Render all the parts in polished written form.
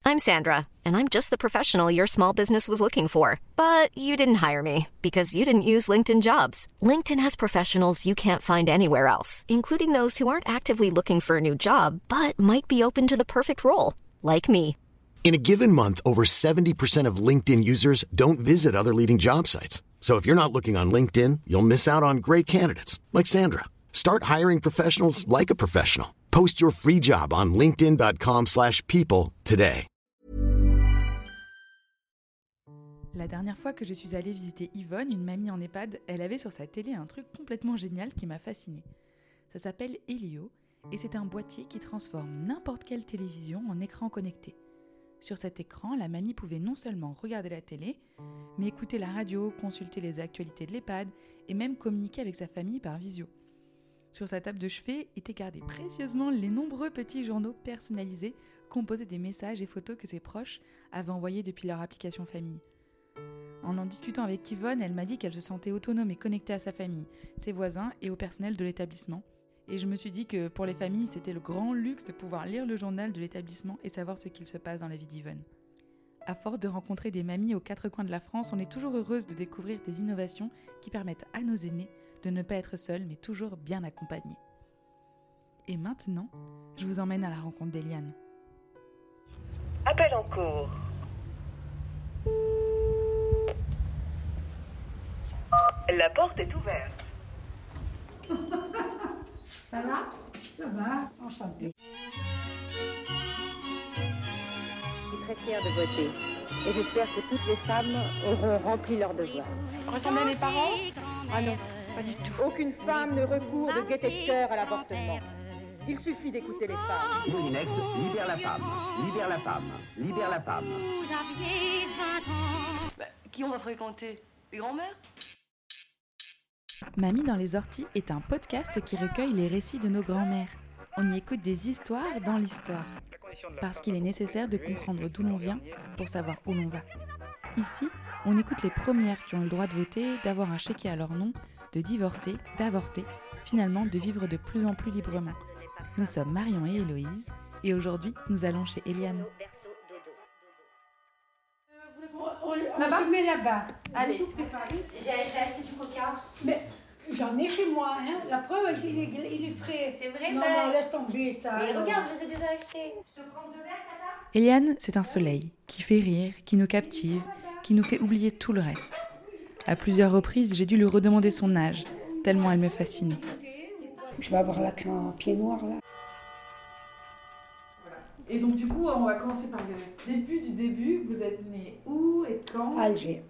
I'm Sandra, and I'm just the professional your small business was looking for. But you didn't hire me because you didn't use LinkedIn Jobs. LinkedIn has professionals you can't find anywhere else, including those who aren't actively looking for a new job, but might be open to the perfect role, like me. In a given month, over 70% of LinkedIn users don't visit other leading job sites. So if you're not looking on LinkedIn, you'll miss out on great candidates like Sandra. Start hiring professionals like a professional. Post your free job on linkedin.com/people today. La dernière fois que je suis allée visiter Yvonne, une mamie en EHPAD, elle avait sur sa télé un truc complètement génial qui m'a fascinée. Ça s'appelle Helio et c'est un boîtier qui transforme n'importe quelle télévision en écran connecté. Sur cet écran, la mamie pouvait non seulement regarder la télé, mais écouter la radio, consulter les actualités de l'EHPAD et même communiquer avec sa famille par visio. Sur sa table de chevet étaient gardés précieusement les nombreux petits journaux personnalisés composés des messages et photos que ses proches avaient envoyés depuis leur application famille. En discutant avec Yvonne, elle m'a dit qu'elle se sentait autonome et connectée à sa famille, ses voisins et au personnel de l'établissement. Et je me suis dit que pour les familles, c'était le grand luxe de pouvoir lire le journal de l'établissement et savoir ce qu'il se passe dans la vie d'Yvonne. À force de rencontrer des mamies aux quatre coins de la France, on est toujours heureuse de découvrir des innovations qui permettent à nos aînés de ne pas être seuls, mais toujours bien accompagnés. Et maintenant, je vous emmène à la rencontre d'Eliane. Appel en cours. La porte est ouverte. Ça va ? Ça va, enchantée. Je suis très fière de voter et j'espère que toutes les femmes auront rempli leur devoir. Ressemblez à mes parents ? Ah non, pas du tout. Aucune femme ne recourt de gaieté de cœur à l'avortement. Il suffit d'écouter les femmes. Moulinex, libère la femme, libère la femme, libère la femme. Qui on va fréquenter ? Les grands-mères ? Mamie dans les orties est un podcast qui recueille les récits de nos grands-mères. On y écoute des histoires dans l'histoire. Parce qu'il est nécessaire de comprendre d'où l'on vient pour savoir où l'on va. Ici, on écoute les premières qui ont le droit de voter, d'avoir un chéquier à leur nom, de divorcer, d'avorter, finalement de vivre de plus en plus librement. Nous sommes Marion et Héloïse, et aujourd'hui, nous allons chez Eliane. On se met là-bas. Allez. J'ai acheté du coca. Mais j'en ai chez moi, hein. La preuve, il est frais. C'est vrai, non, non, laisse tomber ça. Mais regarde, je les ai déjà achetés. Je te prends 2 verres, Tata ? Eliane, c'est un soleil qui fait rire, qui nous captive, qui nous fait oublier tout le reste. À plusieurs reprises, j'ai dû lui redemander son âge, tellement elle me fascinait. Je vais avoir l'accent pied noir, là. Et donc du coup, on va commencer par le début du début. Vous êtes née où et quand ? À Alger.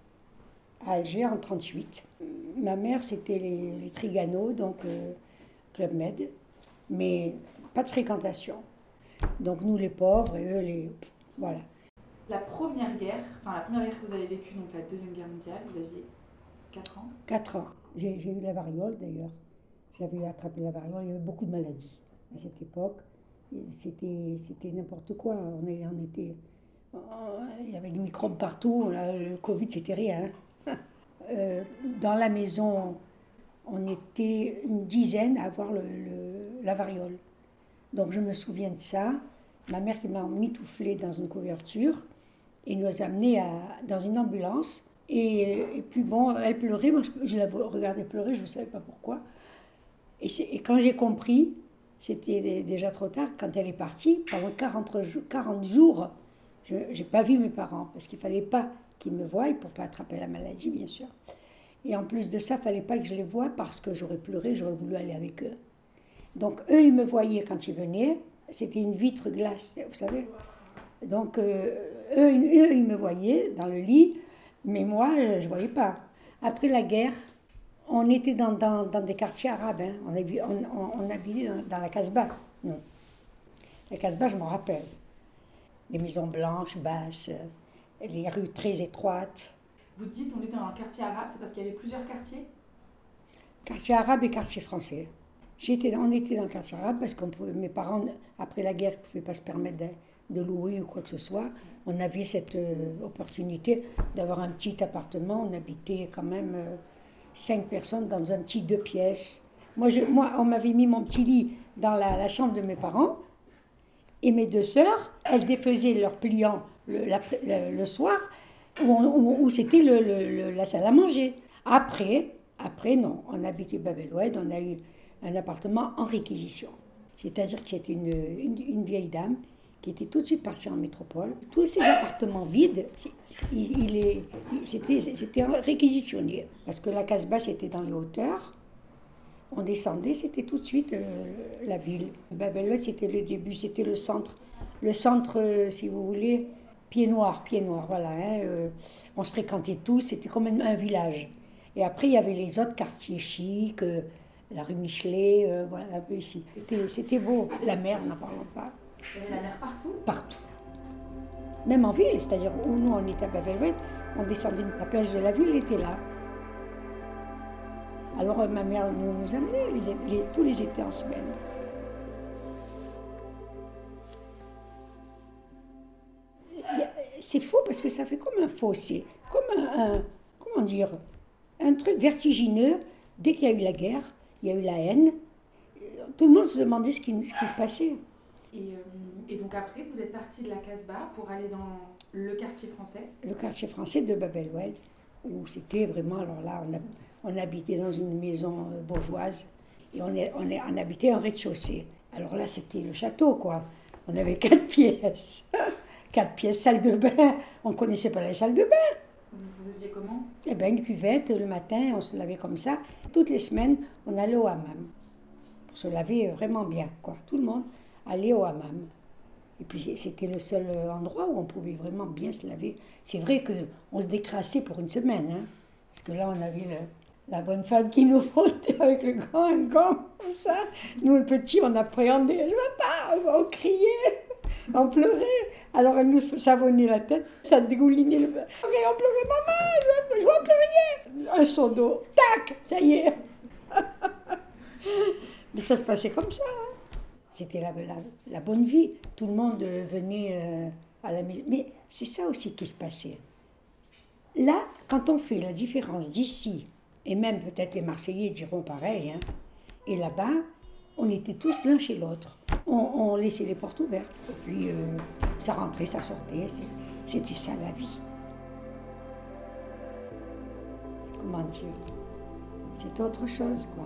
À Alger en 1938. Ma mère, c'était les Trigano, donc Club Med, mais pas de fréquentation. Donc nous, les pauvres, et eux, les... Voilà. La première guerre que vous avez vécue, donc la Deuxième Guerre mondiale, vous aviez 4 ans ? 4 ans. J'ai eu la variole, d'ailleurs. J'avais attrapé la variole. Il y avait beaucoup de maladies à cette époque. C'était n'importe quoi. On était... Il y avait des microbes partout. Là, le Covid, c'était rien. Dans la maison, on était une dizaine à avoir la variole. Donc je me souviens de ça. Ma mère qui m'a mitouflée dans une couverture et nous a amenés dans une ambulance. Et puis bon, elle pleurait. Moi, je la regardais pleurer, je ne savais pas pourquoi. Et quand j'ai compris... C'était déjà trop tard. Quand elle est partie, pendant 40 jours, je n'ai pas vu mes parents, parce qu'il ne fallait pas qu'ils me voient, pour ne pas attraper la maladie, bien sûr. Et en plus de ça, il ne fallait pas que je les voie, parce que j'aurais pleuré, j'aurais voulu aller avec eux. Donc, eux, ils me voyaient quand ils venaient. C'était une vitre glace, vous savez. Donc, eux, ils me voyaient dans le lit, mais moi, je ne voyais pas. Après la guerre, on était dans des quartiers arabes, hein. On habitait dans la Casbah. Non. La Casbah, je m'en rappelle. Les maisons blanches, basses, les rues très étroites. Vous dites on était dans un quartier arabe, c'est parce qu'il y avait plusieurs quartiers ? Quartier arabe et quartier français. On était dans le quartier arabe parce que mes parents, après la guerre, ne pouvaient pas se permettre de louer ou quoi que ce soit. On avait cette opportunité d'avoir un petit appartement. On habitait quand même... 5 personnes dans un petit 2 pièces. Moi, on m'avait mis mon petit lit dans la chambre de mes parents Et mes 2 sœurs, elles défaisaient leurs pliants le soir, où c'était la salle à manger. Après, non, on habitait Babel-Oued, on a eu un appartement en réquisition. C'est-à-dire que c'était une vieille dame qui était tout de suite partie en métropole. Tous ces appartements vides, c'était réquisitionné. Parce que la Casbah, c'était dans les hauteurs. On descendait, c'était tout de suite la ville. Babel-Oued, c'était le début, c'était le centre. Le centre, si vous voulez, pied noir, voilà. On se fréquentait tous, c'était comme un village. Et après, il y avait les autres quartiers chics, la rue Michelet, voilà, un peu ici. C'était beau. La mer, n'en parlons pas. Il y avait la mer partout? Partout. Même en ville, c'est-à-dire où nous, on était à Babel-Oued, on descendait la plage de la ville, était là. Alors ma mère nous amenait tous les étés en semaine. C'est faux parce que ça fait comme un fossé, comme comment dire, un truc vertigineux. Dès qu'il y a eu la guerre, il y a eu la haine, tout le monde se demandait ce qui se passait. Et donc après, vous êtes parti de la Casbah pour aller dans le quartier français? Le quartier français de Babel-Oued, où c'était vraiment, alors là, on habitait dans une maison bourgeoise et on habitait en rez-de-chaussée. Alors là, c'était le château, quoi. On avait 4 pièces. 4 pièces, salle de bain. On ne connaissait pas les salles de bain. Vous faisiez comment? Eh bien, une cuvette, le matin, on se lavait comme ça. Toutes les semaines, on allait au hammam. Pour se laver vraiment bien, quoi. Tout le monde allait au hammam. Et puis, c'était le seul endroit où on pouvait vraiment bien se laver. C'est vrai qu'on se décrassait pour une semaine, hein. Parce que là, on avait la bonne femme qui nous frottait avec le grand gant, comme ça. Nous, le petit, on appréhendait. Je ne veux pas, on criait. On pleurait, alors elle nous savonnait la tête, ça dégoulinait le... Et on pleurait, maman, je vois plus rien. Un seau d'eau, tac, ça y est. Mais ça se passait comme ça. Hein. C'était la bonne vie. Tout le monde venait à la maison. Mais c'est ça aussi qui se passait. Là, quand on fait la différence d'ici, et même peut-être les Marseillais diront pareil, hein, et là-bas, on était tous l'un chez l'autre. On laissait les portes ouvertes. Et puis, ça rentrait, ça sortait. C'était ça, la vie. Comment dire? C'était autre chose, quoi.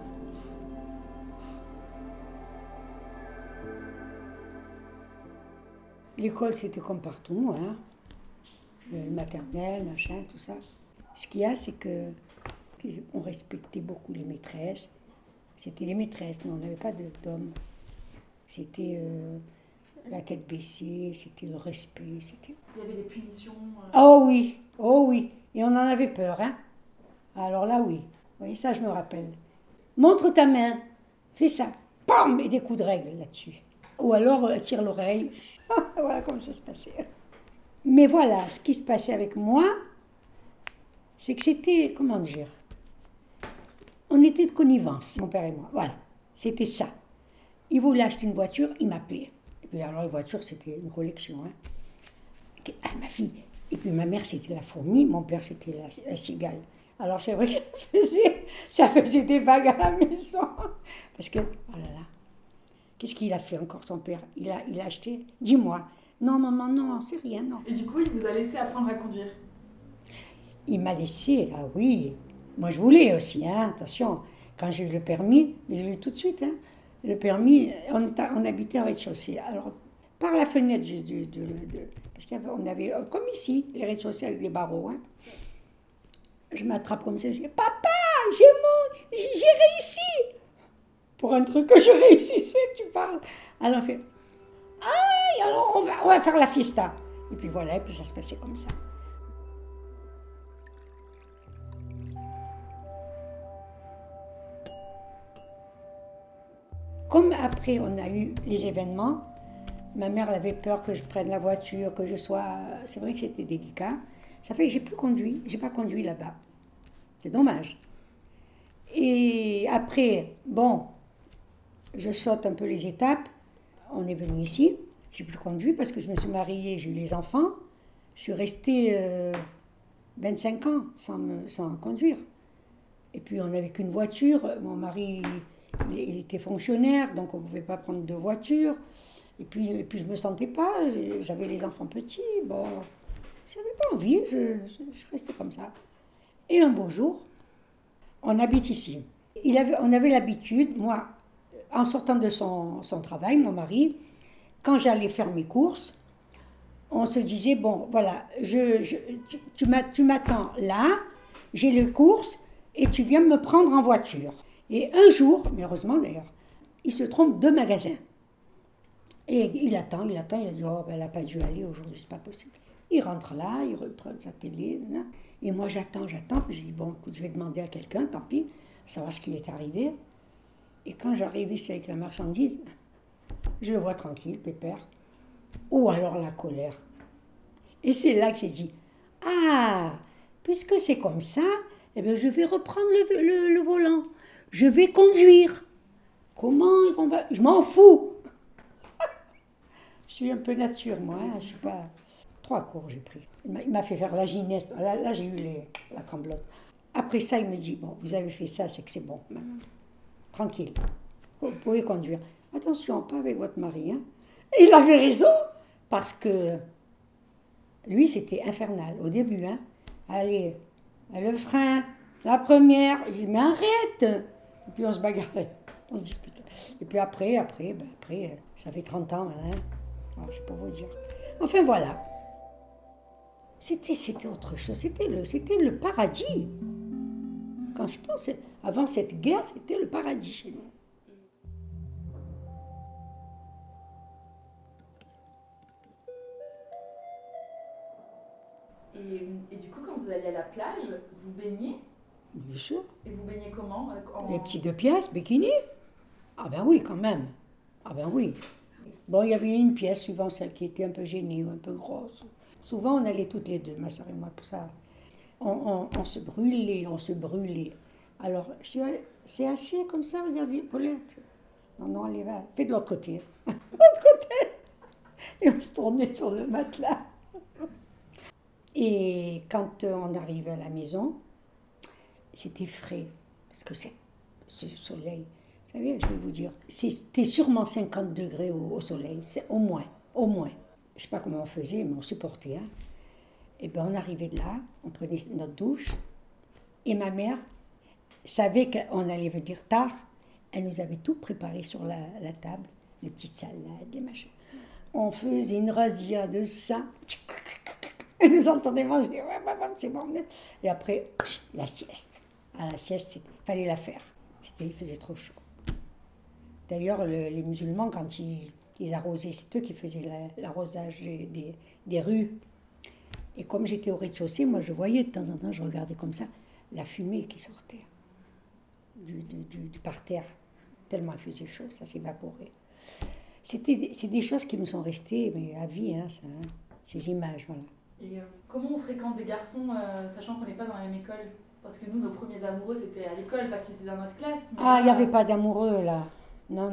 L'école, c'était comme partout, hein. Le maternel, machin, tout ça. Ce qu'il y a, c'est qu'on respectait beaucoup les maîtresses. C'était les maîtresses, mais on n'avait pas d'hommes. C'était la tête baissée, c'était le respect. Il y avait des punitions Oh oui, et on en avait peur, hein. Alors là, oui, ça je me rappelle. Montre ta main, fais ça, pam, et des coups de règle là-dessus. Ou alors tire l'oreille, voilà comment ça se passait. Mais voilà, ce qui se passait avec moi, c'est que c'était, comment dire, on était de connivence, mon père et moi, voilà, c'était ça. Il voulait acheter une voiture, il m'appelait. Et puis alors, les voitures, c'était une collection. Hein. Ah, ma fille. Et puis ma mère, c'était la fourmi, mon père, c'était la cigale. Alors c'est vrai que ça faisait des vagues à la maison. Parce que, oh là là, qu'est-ce qu'il a fait encore, ton père? Il a acheté, dis-moi. Non, maman, non, c'est rien, non. Et du coup, il vous a laissé apprendre à conduire? Il m'a laissé, ah oui. Moi, je voulais aussi, hein, attention. Quand j'ai eu le permis, mais j'ai eu tout de suite, hein. Le permis, on habitait en rez-de-chaussée. Alors, par la fenêtre, parce qu'on avait, comme ici, les rez-de-chaussée avec des barreaux. Hein. Je m'attrape comme ça, je dis, papa, j'ai réussi. Pour un truc que je réussissais, tu parles. Alors, on fait, ah, alors on va faire la fiesta. Et puis voilà, et puis ça se passait comme ça. Comme après on a eu les événements, ma mère elle avait peur que je prenne la voiture, que je sois... C'est vrai que c'était délicat. Ça fait que j'ai plus conduit, j'ai pas conduit là-bas. C'est dommage. Et après, bon, je saute un peu les étapes. On est venu ici, j'ai plus conduit parce que je me suis mariée, j'ai eu les enfants. Je suis restée 25 ans sans conduire. Et puis on n'avait qu'une voiture, mon mari... Il était fonctionnaire, donc on ne pouvait pas prendre de voiture. puis je me sentais pas, j'avais les enfants petits, bon, j'avais pas envie, je restais comme ça. Et un beau jour, on habite ici. On avait l'habitude, moi, en sortant de son travail, mon mari, quand j'allais faire mes courses, on se disait, bon, voilà, tu m'attends là, j'ai les courses, et tu viens me prendre en voiture. Et un jour, mais heureusement d'ailleurs, il se trompe de magasin. Et il attend, il a dit, oh, ben, elle n'a pas dû aller aujourd'hui, c'est pas possible. Il rentre là, il reprend sa télé, et moi j'attends, puis je dis, bon, écoute, je vais demander à quelqu'un, tant pis, savoir ce qui est arrivé. Et quand j'arrive ici avec la marchandise, je le vois tranquille, pépère. Oh, alors la colère. Et c'est là que j'ai dit, ah, puisque c'est comme ça, eh bien, je vais reprendre le volant. Je vais conduire. Comment on va... Je m'en fous. Je suis un peu nature, moi. Hein, je suis pas... 3 cours, j'ai pris. Il m'a fait faire la gymnast. Là j'ai eu la tremblote. Après ça, il me dit, bon, vous avez fait ça, c'est que c'est bon. Maintenant. Tranquille. Vous pouvez conduire. Attention, pas avec votre mari. Hein. Et il avait raison, parce que lui, c'était infernal au début. Hein. Allez, le frein, la première. Je dis, mais arrête. Et puis on se bagarrait, on se disputait. Et puis après, ça fait 30 ans. Hein. Alors, c'est pour vous dire. Enfin, voilà. C'était autre chose. C'était le paradis. Quand je pense, avant cette guerre, c'était le paradis chez nous. Et du coup, quand vous alliez à la plage, vous baignez? Bien sûr. Et vous baignez comment? Les petits 2 pièces, bikini. Ah ben oui, quand même. Ah ben oui. Bon, il y avait une pièce suivant celle qui était un peu gênée ou un peu grosse. Souvent, on allait toutes les deux, ma soeur et moi, pour ça. On se brûlait. Alors, c'est assez comme ça, regardez, Paulette. Non, allez, va, fais de l'autre côté. De l'autre côté. Et on se tournait sur le matelas. Et quand on arrive à la maison, c'était frais. Parce que ce soleil, vous savez, je vais vous dire, c'était sûrement 50 degrés au soleil, c'est au moins. Je ne sais pas comment on faisait, mais on supportait. Hein. Et bien, on arrivait de là, on prenait notre douche, et ma mère savait qu'on allait venir tard. Elle nous avait tout préparé sur la table, les petites salades, les machins. On faisait une razzia de ça. Elle nous entendait manger, c'est bon. Et après, la sieste. À la sieste, il fallait la faire. Il faisait trop chaud. D'ailleurs, les musulmans, quand ils arrosaient, c'est eux qui faisaient l'arrosage des rues. Et comme j'étais au rez-de-chaussée, moi je voyais de temps en temps, je regardais comme ça, la fumée qui sortait du parterre. Tellement il faisait chaud, ça s'évaporait. C'est des choses qui me sont restées mais à vie, hein, ça, hein, ces images, voilà. Et comment on fréquente des garçons, sachant qu'on n'est pas dans la même école? Parce que nous, nos premiers amoureux, c'était à l'école, parce qu'ils étaient dans notre classe. Ah, il n'y avait pas d'amoureux, là. Non.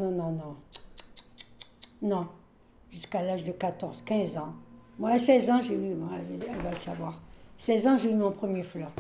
Non, jusqu'à l'âge de 14, 15 ans. Moi, à 16 ans, j'ai eu, elle va le savoir, 16 ans, j'ai eu mon premier flirt.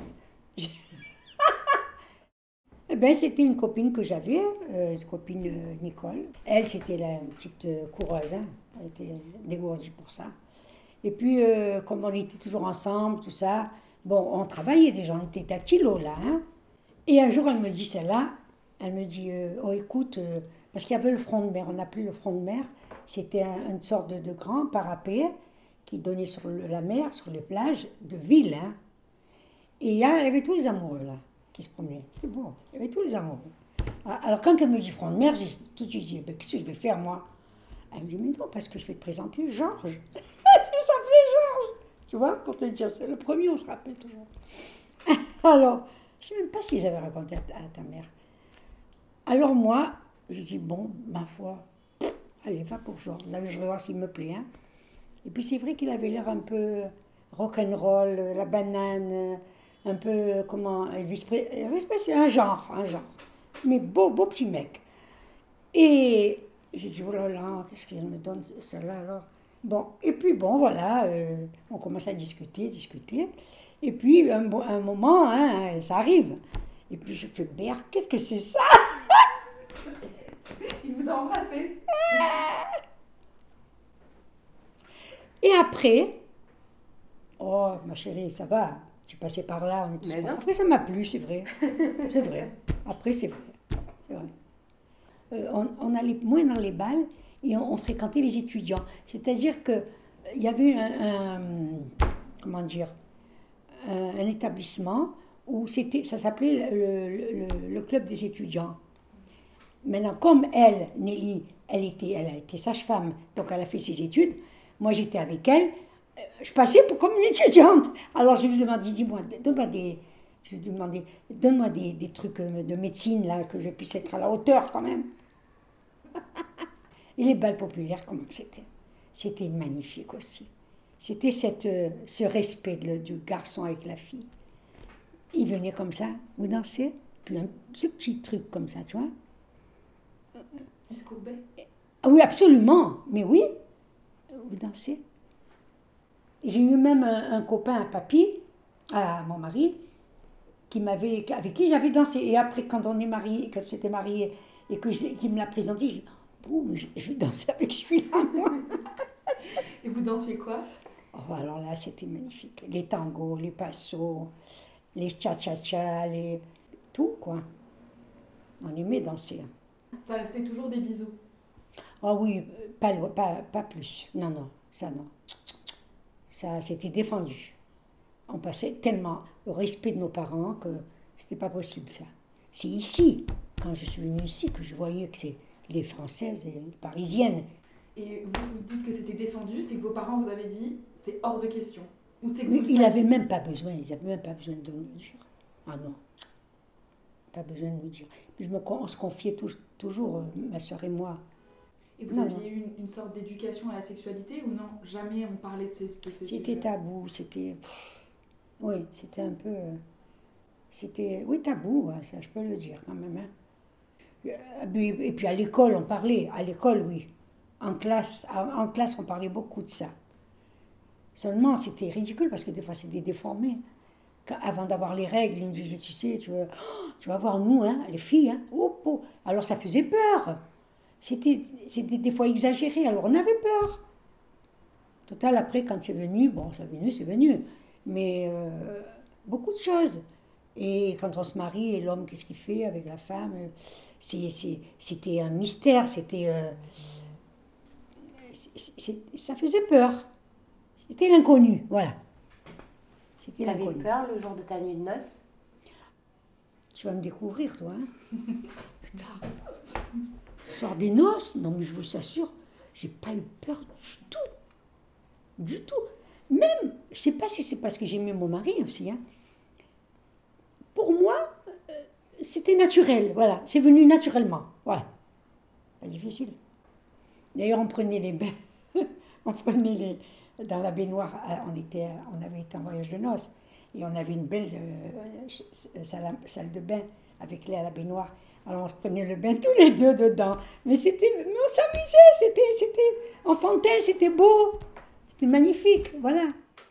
Eh bien, c'était une copine que j'avais, une copine Nicole. Elle, c'était la petite coureuse, hein. Elle était dégourdie pour ça. Et puis, comme on était toujours ensemble, tout ça, bon, on travaillait déjà, on était dactylo là. Hein. Et un jour, elle me dit celle-là, elle me dit, oh écoute, parce qu'il y avait le front de mer, on appelait le front de mer, c'était une sorte de grand parapet qui donnait sur la mer, sur les plages de ville. Hein. Et il y avait tous les amoureux là, qui se promenaient. C'était beau, il y avait tous les amoureux. Alors quand elle me dit front de mer, j'ai tout de suite dit, ben, qu'est-ce que je vais faire moi? Elle me dit, mais non, parce que je vais te présenter Georges. Il s'appelait Georges. Tu vois, pour te dire, c'est le premier, on se rappelle toujours. Alors, je ne sais même pas si j'avais raconté à ta mère. Alors moi, je dis, bon, ma foi, allez, va pour Georges. Je vais voir s'il me plaît. Hein. Et puis c'est vrai qu'il avait l'air un peu rock'n'roll, la banane, un peu, comment, Elvis Presley, un genre. Mais beau petit mec. Et j'ai dit, oh là là, qu'est-ce qu'elle me donne celle-là alors? Bon, et puis bon, voilà, on commence à discuter. Et puis, un moment, hein, ça arrive. Et puis je fais, Bert, qu'est-ce que c'est ça? Il vous a embrassé? Et après, oh ma chérie, ça va, tu passais par là, on est tous par... Après ça m'a plu, c'est vrai. C'est vrai. Après c'est vrai. C'est vrai. On allait moins dans les balles et on fréquentait les étudiants. C'est-à-dire qu'il y avait comment dire, un établissement où ça s'appelait le club des étudiants. Maintenant, comme elle, Nelly, elle a été sage-femme, donc elle a fait ses études, moi j'étais avec elle, je passais comme une étudiante. Alors je lui demandais, dis-moi, donne-moi des trucs de médecine, là, que je puisse être à la hauteur quand même. Et les bals populaires, comment c'était? C'était magnifique aussi. C'était ce respect du garçon avec la fille. Il venait comme ça, vous dansez, puis ce petit truc comme ça, tu vois. Il se courbait? Ah oui, absolument, mais oui, vous dansez. Et j'ai eu même un copain, un papy, à mon mari, avec qui j'avais dansé. Et après, quand on est mariés, quand c'était marié, et qu'il me l'a présenté, je dis, oh, je vais danser avec celui-là, moi. Et vous dansiez quoi? Oh, alors là, c'était magnifique. Les tangos, les passos, les cha-cha-cha, tout, quoi. On aimait danser. Ça restait toujours des bisous? Ah oui, pas plus. Non, ça non. Ça, c'était défendu. On passait tellement au respect de nos parents que c'était pas possible, ça. C'est ici, quand je suis venue ici, que je voyais que c'est les Françaises et les Parisiennes. Et vous dites que c'était défendu, c'est que vos parents vous avaient dit, c'est hors de question. Ou c'est que ils n'avaient même pas besoin, de nous le dire. Ah non, pas besoin de nous dire. Puis on se confiait toujours, ma soeur et moi. Et vous aviez eu une sorte d'éducation à la sexualité ou non? Jamais on parlait de ces sujets? C'était tabou, c'était... Oui, c'était un peu... Oui, tabou, ça je peux le dire quand même. Hein. Et puis à l'école, on parlait. À l'école, oui. En classe, on parlait beaucoup de ça. Seulement, c'était ridicule parce que des fois, c'était déformé. Avant d'avoir les règles, ils me disaient, tu sais, tu vas voir nous, hein, les filles. Hein, oh. Alors ça faisait peur. C'était des fois exagéré, alors on avait peur. Total, après, quand c'est venu, c'est venu. Mais beaucoup de choses. Et quand on se marie, et l'homme, qu'est-ce qu'il fait avec la femme? C'était un mystère, ça faisait peur. C'était l'inconnu, voilà. T'avais peur le jour de ta nuit de noces? Tu vas me découvrir, toi, hein. Putain. Le soir des noces, non mais je vous assure, j'ai pas eu peur du tout. Du tout. Même, je sais pas si c'est parce que j'aimais mon mari aussi, hein. Pour moi, c'était naturel, voilà. C'est venu naturellement, voilà. Pas difficile. D'ailleurs, on prenait les bains, dans la baignoire, on avait été en voyage de noces, et on avait une belle salle de bain avec lait à la baignoire. Alors on se prenait le bain tous les deux dedans. Mais on s'amusait, c'était enfantin, c'était beau, c'était magnifique, voilà.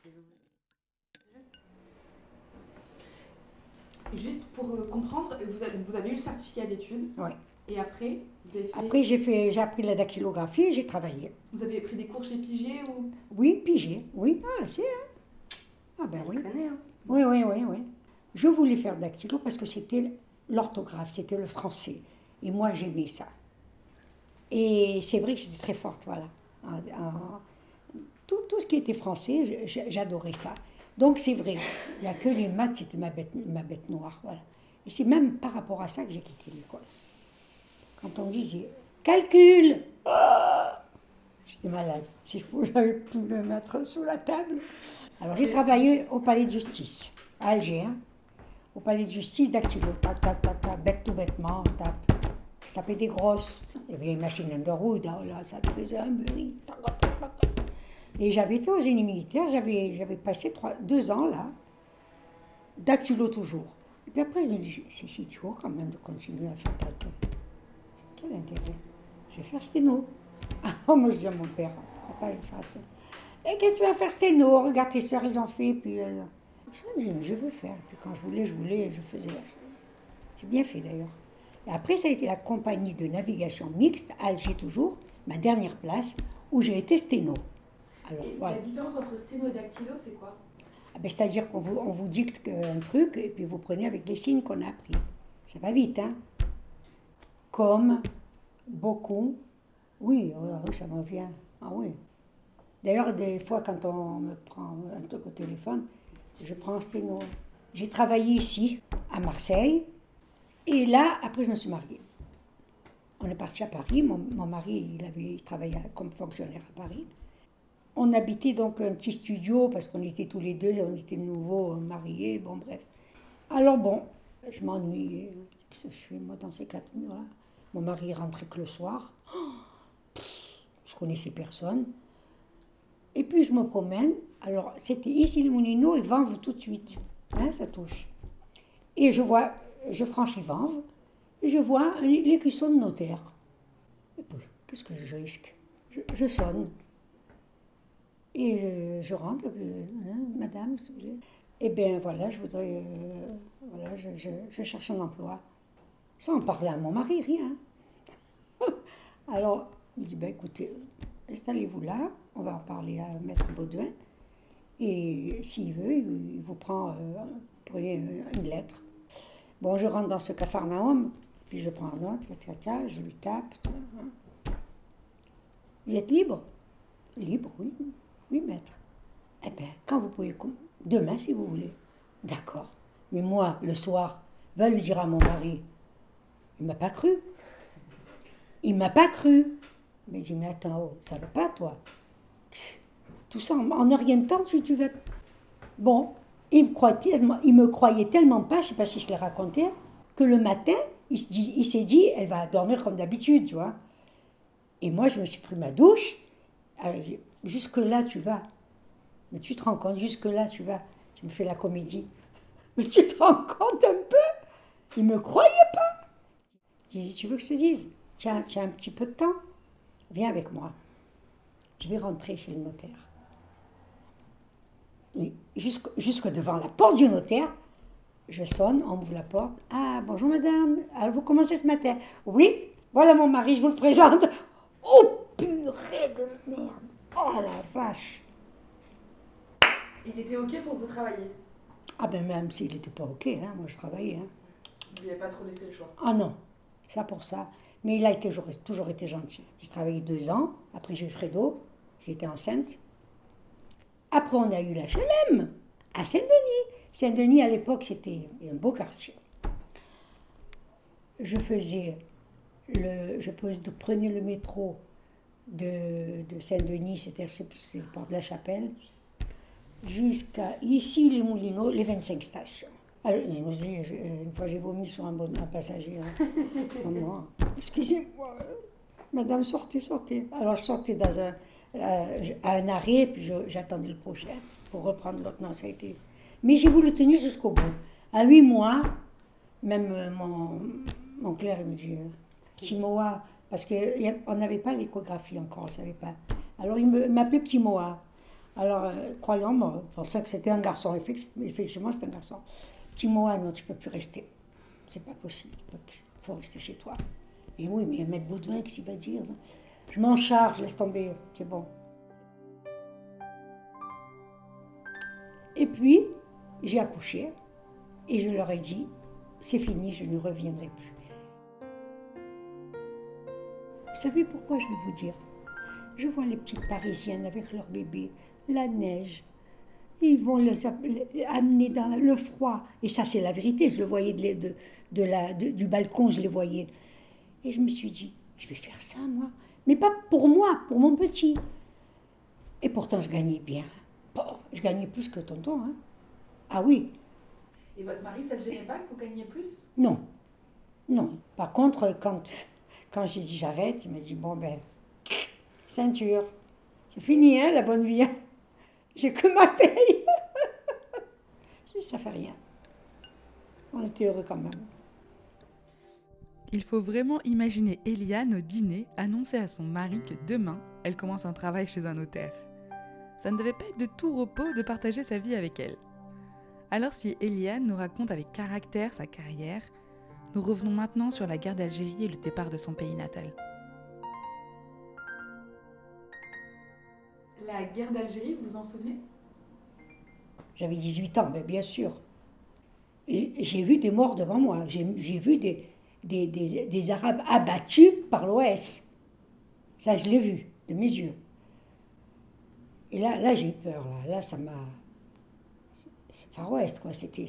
Juste pour comprendre, vous avez eu le certificat d'études. Oui. Et après, vous avez fait... Après, j'ai appris la dactylographie et j'ai travaillé. Vous avez pris des cours chez Piget ou... Oui, Piget, oui. Ah, c'est, hein. Ah ben oui. Connais, hein. Oui. Je voulais faire dactylo parce que c'était l'orthographe, c'était le français. Et moi, j'aimais ça. Et c'est vrai que j'étais très forte, voilà. Tout ce qui était français, j'adorais ça. Donc c'est vrai, il n'y a que les maths, c'était ma bête noire, voilà. Et c'est même par rapport à ça que j'ai quitté l'école. Quand on disait « calcul », j'étais malade. Si j'avais pu me mettre sous la table. Alors j'ai travaillé au palais de justice, à Alger, hein. Au palais de justice, dactylo, bête tout bêtement, je tapais des grosses. Il y avait une machine Underwood, là, ça faisait un bruit. Et j'avais été au génie militaire, j'avais passé 2 ans là, dactylo toujours. Et puis après, je me dis, c'est idiot quand même de continuer à faire dactylo. Quel intérêt? Je vais faire sténo. Ah, moi je dis à mon père, papa, je vais faire sténo. Et qu'est-ce que tu vas faire sténo? Regarde tes soeurs, ils ont fait, puis... Je me dis, je veux faire. Puis quand je voulais, je faisais. J'ai bien fait d'ailleurs. Et après, ça a été la compagnie de navigation mixte, à Alger toujours, ma dernière place, où j'ai été sténo. Alors, Et voilà. la différence entre sténo et dactylo, c'est quoi? C'est-à-dire qu'on on vous dicte un truc et puis vous prenez avec les signes qu'on a appris. Ça va vite, hein? Comme, beaucoup, oui, ça me vient. Ah oui. D'ailleurs, des fois, quand on me prend un truc au téléphone, je prends un sténo. J'ai travaillé ici, à Marseille, et là, après, je me suis mariée. On est parti à Paris. Mon mari, il travaillait comme fonctionnaire à Paris. On habitait donc un petit studio parce qu'on était tous les deux, on était nouveaux mariés, bon bref. Alors bon, je m'ennuyais. Qu'est-ce que je fais moi dans ces 4 murs-là? Mon mari rentrait que le soir. Je connaissais personne. Et puis je me promène. Alors c'était ici le Moulineau et Vanves tout de suite. Hein, ça touche. Et je franchis Vanves et je vois l'écusson de notaire. Et puis, qu'est-ce que je risque? Je sonne. Et je rentre, madame, s'il vous plaît. Eh bien voilà, je voudrais, voilà, je cherche un emploi. Sans parler à mon mari, rien. Alors, il dit, ben écoutez, installez-vous là, on va en parler à Maître Baudouin. Et s'il veut, il vous prend, prenez une lettre. Bon, je rentre dans ce capharnaüm, puis je prends un autre, je lui tape. Vous êtes libre? Libre, oui. Oui, maître. Eh bien, quand vous pouvez, demain si vous voulez. D'accord. Mais moi, le soir, va lui dire à mon mari. Il m'a pas cru. Il m'a pas cru. Mais je dis, mais attends, ça va pas, toi. Tout ça, en rien de temps, tu vas... Bon, il me croyait tellement pas, je sais pas si je l'ai raconté, que le matin, il s'est dit, elle va dormir comme d'habitude, tu vois. Et moi, je me suis pris ma douche. Alors, jusque-là, tu vas. Mais tu te rends compte, jusque-là, tu vas. Tu me fais la comédie. Mais tu te rends compte un peu? Il ne me croyait pas. J'ai dit, tu veux que je te dise? Tiens, tu as un petit peu de temps? Viens avec moi. Je vais rentrer chez le notaire. Et jusque devant la porte du notaire, je sonne, on m'ouvre la porte. Ah, bonjour madame. Alors, vous commencez ce matin? Oui, voilà mon mari, je vous le présente. Oh, purée de merde. Oh la vache. Il était OK pour vous travailler? Ah ben même s'il n'était pas OK, hein, moi je travaillais. Hein. Vous lui avez pas trop laissé le choix? Ah non, ça pour ça. Mais il a toujours été gentil. J'ai travaillé 2 ans, après j'ai eu Fredo, j'étais enceinte. Après on a eu l'HLM, à Saint-Denis. Saint-Denis à l'époque c'était un beau quartier. Je prenais le métro de Saint-Denis, c'est le port de la Chapelle, jusqu'à ici, les Moulineaux, les 25 stations. Alors, une fois j'ai vomi sur un passager. Hein. Comment? Excusez-moi, madame, sortez. Alors je sortais à un arrêt, puis j'attendais le prochain pour reprendre l'autre. Non, ça a été... Mais j'ai voulu tenir jusqu'au bout. À 8 mois, même mon clerc me dit, petit Moa, parce qu'on n'avait pas l'échographie encore, on ne savait pas. Alors il m'appelait petit Moa. Alors, croyant, moi, pensant que c'était un garçon. Effectivement, c'est un garçon. Petit Moa, non, tu ne peux plus rester. C'est pas possible. Il faut rester chez toi. Et oui, mais Maître Baudouin, qu'est-ce qu'il va dire? Je m'en charge, laisse tomber, c'est bon. Et puis, j'ai accouché et je leur ai dit, c'est fini, je ne reviendrai plus. Vous savez pourquoi je vais vous dire? Je vois les petites Parisiennes avec leur bébé, la neige. Ils vont les amener dans le froid. Et ça, c'est la vérité. Je le voyais du balcon, je les voyais. Et je me suis dit, je vais faire ça, moi. Mais pas pour moi, pour mon petit. Et pourtant, je gagnais bien. Bon, je gagnais plus que tonton. Hein. Ah oui. Et votre mari, ça ne le gênait pas que vous gagniez plus? Non. Non. Par contre, quand j'ai dit j'arrête, il m'a dit, bon ben, ceinture. C'est fini, hein, la bonne vie. Hein. J'ai que ma paye. Je dis, ça fait rien. On était heureux quand même. Il faut vraiment imaginer Eliane au dîner annoncer à son mari que demain, elle commence un travail chez un notaire. Ça ne devait pas être de tout repos de partager sa vie avec elle. Alors si Eliane nous raconte avec caractère sa carrière, nous revenons maintenant sur la guerre d'Algérie et le départ de son pays natal. la guerre d'Algérie, vous vous en souvenez? J'avais 18 ans, mais bien sûr. Et j'ai vu des morts devant moi. J'ai vu des Arabes abattus par l'OS. Ça, je l'ai vu, de mes yeux. Et là j'ai eu peur. Là, ça m'a... C'est Far West, quoi. C'était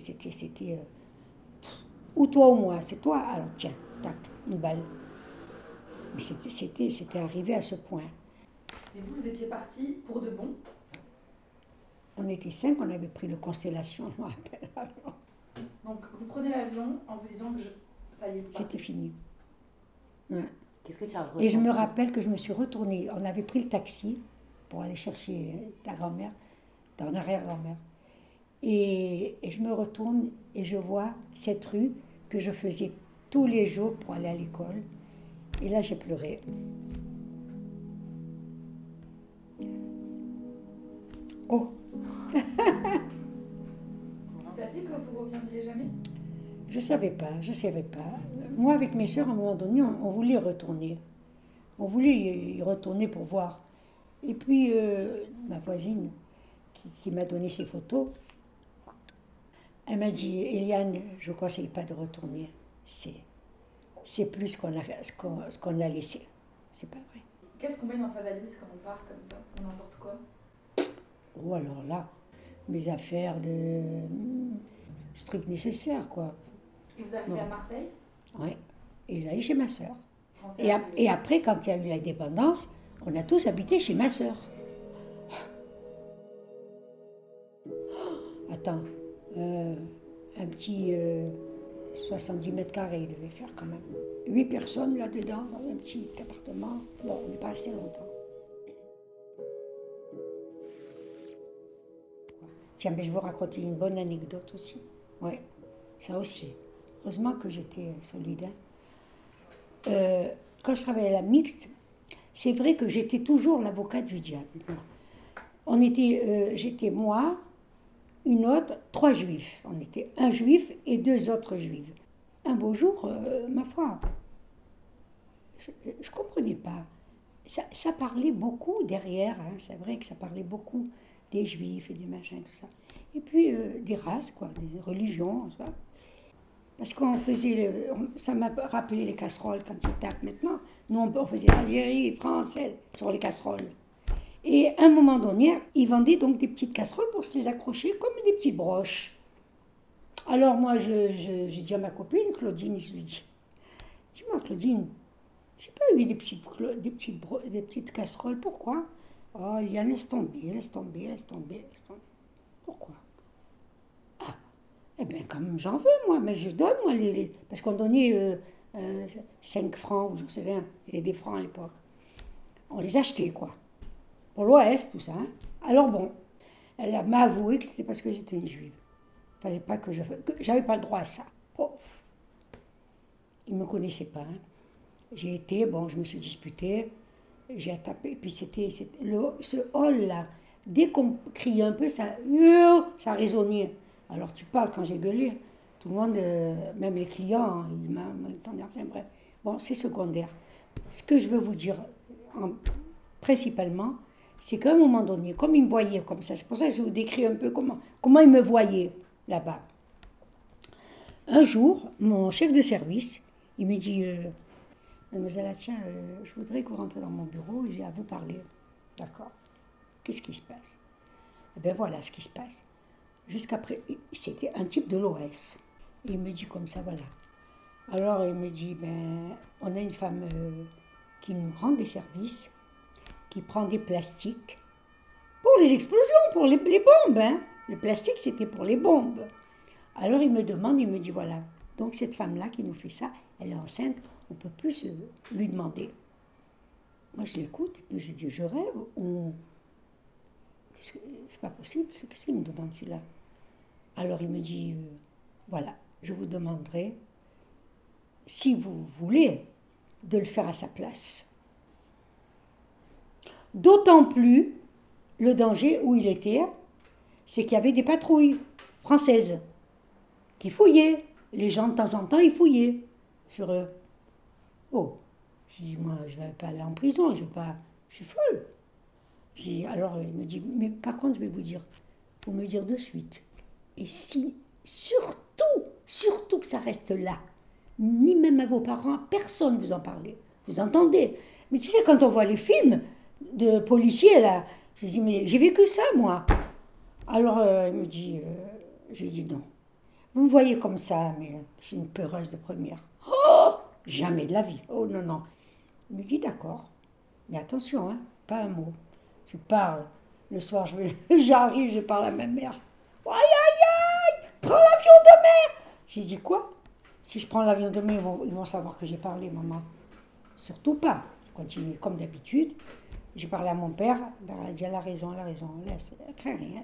ou toi ou moi. C'est toi. Alors, tiens, tac, une balle. Mais c'était arrivé à ce point. Et vous étiez parti pour de bon? On était 5, on avait pris le Constellation, je me rappelle. Donc, vous prenez l'avion en vous disant que ça y est, c'était fini. Ouais. Qu'est-ce que tu as ressenti? Et je me rappelle que je me suis retournée. On avait pris le taxi pour aller chercher ta grand-mère, ton arrière-grand-mère. Et je me retourne et je vois cette rue que je faisais tous les jours pour aller à l'école. Et là, j'ai pleuré. Oh! Vous saviez que vous ne reviendriez jamais? Je ne savais pas. Moi, avec mes soeurs, à un moment donné, on voulait retourner. On voulait y retourner pour voir. Et puis, ma voisine, qui m'a donné ses photos, elle m'a dit, Eliane, je ne conseille pas de retourner. C'est plus ce qu'on a laissé. C'est pas vrai. Qu'est-ce qu'on met dans sa valise quand on part comme ça? On emporte quoi? Oh, alors là, mes affaires de strict nécessaire, quoi. Et vous arrivez à Marseille? Oui. Et j'allais chez ma sœur. Et après, quand il y a eu l'indépendance, on a tous habité chez ma sœur. Attends, un petit 70 mètres carrés, il devait faire quand même. 8 personnes là-dedans, dans un petit appartement. Bon, on n'est pas resté longtemps. Tiens, mais je vais vous raconter une bonne anecdote aussi. Oui, ça aussi. Heureusement que j'étais solide. Quand je travaillais à la mixte, c'est vrai que j'étais toujours l'avocate du diable. J'étais moi, une autre, 3 juifs. On était un juif et 2 autres juifs. Un beau jour, ma foi, je ne comprenais pas. Ça parlait beaucoup derrière, hein, c'est vrai que ça parlait beaucoup des juifs et des machins, tout ça. Et puis des races, quoi, des religions, ça. Parce qu'on faisait, ça m'a rappelé les casseroles quand ils tapent maintenant. Nous, on faisait l'Algérie française sur les casseroles. Et à un moment donné, ils vendaient donc des petites casseroles pour se les accrocher comme des petites broches. Alors moi, j'ai dit à ma copine, Claudine, je lui dis, dis-moi Claudine, j'ai pas eu des petites casseroles, pourquoi? Oh, il y a laisse tomber. Pourquoi? Ah, eh bien, comme j'en veux, moi, mais je donne, moi, parce qu'on donnait 5 francs, ou je ne sais rien, c'était des francs à l'époque. On les achetait, quoi. Pour l'Ouest, tout ça. Hein. Alors bon, elle m'a avoué que c'était parce que j'étais une juive. Il fallait pas que j'avais pas le droit à ça. Oh. Ils ne me connaissaient pas. Hein. J'ai été, bon, je me suis disputée. J'ai tapé, puis ce hall-là, dès qu'on criait un peu, ça résonnait. Alors tu parles, quand j'ai gueulé, tout le monde, même les clients, ils m'entendaient, enfin bref. Bon, c'est secondaire. Ce que je veux vous dire, principalement, c'est qu'à un moment donné, comme ils me voyaient comme ça, c'est pour ça que je vous décris un peu comment ils me voyaient là-bas. Un jour, mon chef de service, il me dit... Mademoiselle, tiens, je voudrais que vous rentrez dans mon bureau et j'ai à vous parler. D'accord. Qu'est-ce qui se passe? Eh bien, voilà ce qui se passe. Jusqu'après, c'était un type de l'OS. Il me dit comme ça, voilà. Alors, il me dit, on a une femme qui nous rend des services, qui prend des plastiques pour les explosions, pour les bombes. Hein. Le plastique, c'était pour les bombes. Alors, il me dit, voilà. Donc, cette femme-là qui nous fait ça, elle est enceinte. On ne peut plus lui demander. Moi, je l'écoute, et puis je dis, je rêve, ou... C'est pas possible, qu'est-ce qu'il me demande celui-là? Alors il me dit, voilà, je vous demanderai, si vous voulez, de le faire à sa place. D'autant plus, le danger où il était, c'est qu'il y avait des patrouilles françaises qui fouillaient. Les gens, de temps en temps, ils fouillaient sur eux. Oh, je dis, moi, je ne vais pas aller en prison, je suis folle. Alors il me dit, mais par contre, je vais vous dire, il faut me dire de suite. Et si, surtout que ça reste là, ni même à vos parents, personne ne vous en parlait. Vous entendez? Mais tu sais, quand on voit les films de policiers, là, je dis, mais j'ai vécu ça, moi. Alors, il me dit, j'ai dit non. Vous me voyez comme ça, mais je suis une peureuse de première. Oh, jamais de la vie. Oh non, non. Il me dit, d'accord. Mais attention, hein, pas un mot. Tu parles. Le soir, j'arrive, je parle à ma mère. Aïe, aïe, aïe, prends l'avion demain. J'ai dit, quoi? Si je prends l'avion demain, ils vont savoir que j'ai parlé, maman. Surtout pas. Je continue comme d'habitude. J'ai parlé à mon père. Ben, elle a dit, elle a raison. Laisse, elle craint rien.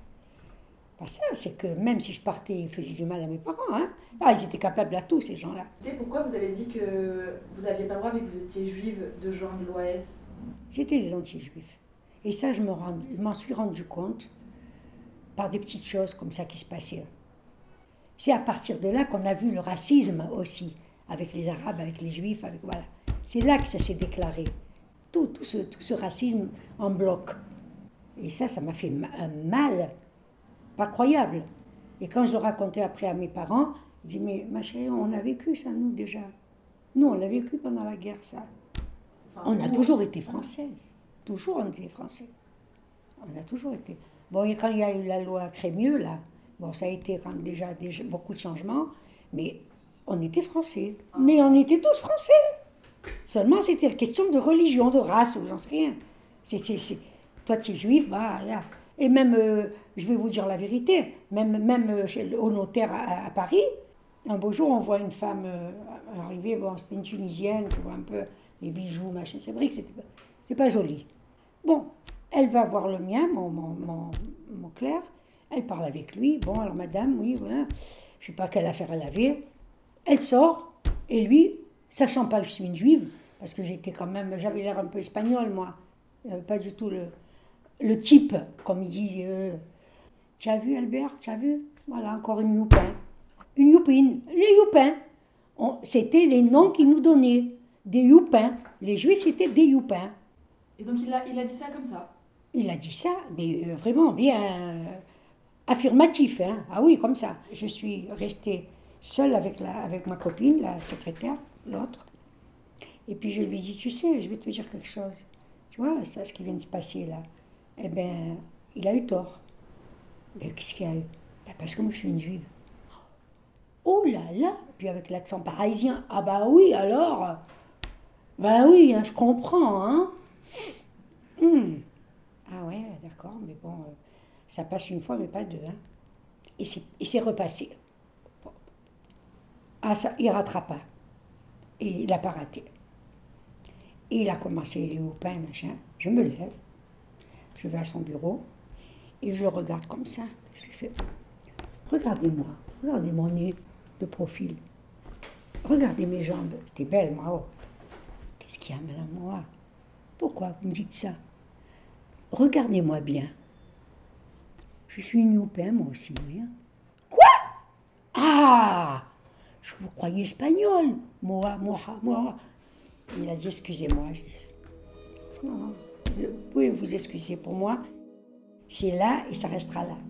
Pas ça, c'est que même si je partais, il faisait du mal à mes parents. Hein. Ah, ils étaient capables à tout, ces gens-là. Et pourquoi vous avez dit que vous n'aviez pas le droit, vu que vous étiez juive, de joindre l'OAS? C'était des anti-juifs. Et ça, je m'en suis rendu compte par des petites choses comme ça qui se passaient. C'est à partir de là qu'on a vu le racisme aussi, avec les Arabes, avec les Juifs, voilà. C'est là que ça s'est déclaré. Tout ce racisme en bloc. Et ça m'a fait un mal pas croyable. Et quand je le racontais après à mes parents, ils disaient, mais ma chérie, on a vécu ça, nous, déjà. Nous, on l'a vécu pendant la guerre, ça. On a toujours été françaises. Toujours, on était français. On a toujours été. Bon, et quand il y a eu la loi Crémieux, là, bon, ça a été déjà beaucoup de changements, mais on était français. Mais on était tous français. Seulement, c'était une question de religion, de race, ou j'en sais rien. Toi, tu es juif, bah, là. Et même, je vais vous dire la vérité, même au notaire à Paris, un beau jour, on voit une femme arriver, bon, c'était une Tunisienne, tu vois un peu les bijoux, machin. C'est vrai que c'était pas joli. Bon, elle va voir le mien, mon clerc, elle parle avec lui. Bon, alors madame, oui, voilà, je sais pas quelle affaire elle avait. Elle sort, et lui, sachant pas que je suis une juive, parce que j'avais l'air un peu espagnole, moi, pas du tout le type, comme il dit. Tu as vu, Albert, tu as vu? Voilà, encore une youpin. Une youpine, les youpins. C'était les noms qu'ils nous donnaient, des youpins. Les juifs, c'était des youpins. Et donc il a dit ça comme ça? Il a dit ça, mais vraiment bien affirmatif. Hein. Ah oui, comme ça. Je suis restée seule avec ma copine, la secrétaire, l'autre. Et puis je lui ai dit, tu sais, je vais te dire quelque chose. Tu vois, ça, ce qui vient de se passer là. Eh bien, il a eu tort. Mais qu'est-ce qu'il y a eu? Parce que moi, je suis une juive. Oh là là! Puis avec l'accent parisien, ah bah oui, alors, bah oui, hein, je comprends, hein. Ah ouais, d'accord, mais bon, ça passe une fois, mais pas deux, hein. Et c'est repassé. Bon. Ah ça, il rattrapa. Et il n'a pas raté. Et il a commencé les houpins, machin. Je me lève, je vais à son bureau, et je le regarde comme ça. Je lui fais, regardez-moi, regardez mon nez de profil. Regardez mes jambes, c'était belle, moi. Oh. Qu'est-ce qu'il y a, madame, moi? Pourquoi vous me dites ça? Regardez-moi bien. Je suis une youpin, moi aussi, oui. Hein. Quoi? Ah! Je vous croyais espagnol. Moi. Il a dit, excusez-moi. Je dis, non, vous pouvez vous excuser pour moi. C'est là et ça restera là.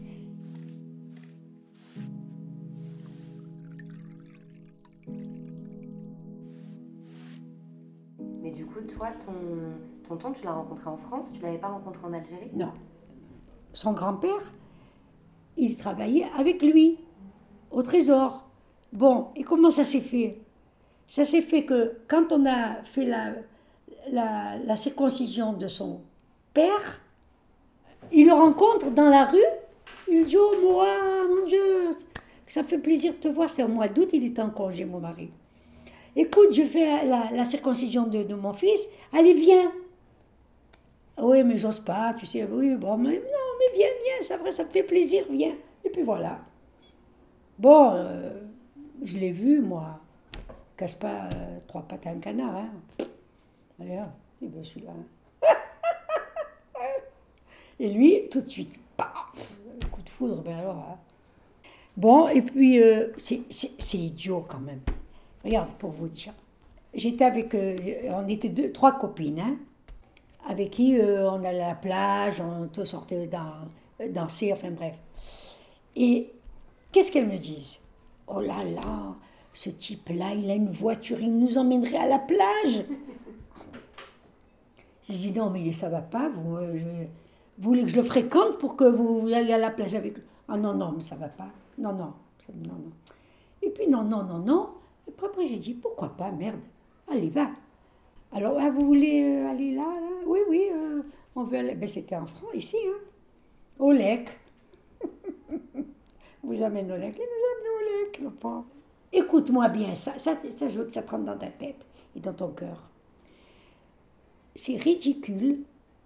Mais du coup, toi, ton tonton, tu l'as rencontré en France? Tu l'avais pas rencontré en Algérie? Non. Son grand-père, il travaillait avec lui, au Trésor. Bon, et comment ça s'est fait? Ça s'est fait que quand on a fait la circoncision de son père, il le rencontre dans la rue. Il dit, oh moi, mon Dieu, ça fait plaisir de te voir. C'est au mois d'août, il était en congé, mon mari. Écoute, je fais la circoncision de mon fils. Allez, viens. Oui, mais j'ose pas, tu sais. Oui, bon, mais non, mais viens, ça te fait plaisir, viens. Et puis voilà. Bon, je l'ai vu, moi. Casse pas 3 pattes à un canard, hein. Allez, et bien celui-là. Et lui, tout de suite, paf, coup de foudre, ben alors. Hein. Bon, et puis, c'est idiot quand même. Regarde, pour vous dire. J'étais avec, on était 3 copines, hein, avec qui on allait à la plage, on te sortait danser, enfin bref. Et qu'est-ce qu'elles me disent? Oh là là, ce type-là, il a une voiture, il nous emmènerait à la plage. Je dis non, mais ça va pas, vous voulez que je le fréquente pour que vous alliez à la plage avec lui? Ah non, non, mais ça va pas. Non, non, non, non. Et puis non, non, non, non. Et puis après j'ai dit, pourquoi pas, merde, allez, va. Alors, ah, vous voulez aller là, là? Oui, oui, on veut aller. Ben, c'était en France, ici, hein, au Lec. Vous amène au Lec, il nous amène au Lec, le pauvre. Écoute-moi bien, ça, je veux que ça te rentre dans ta tête et dans ton cœur. C'est ridicule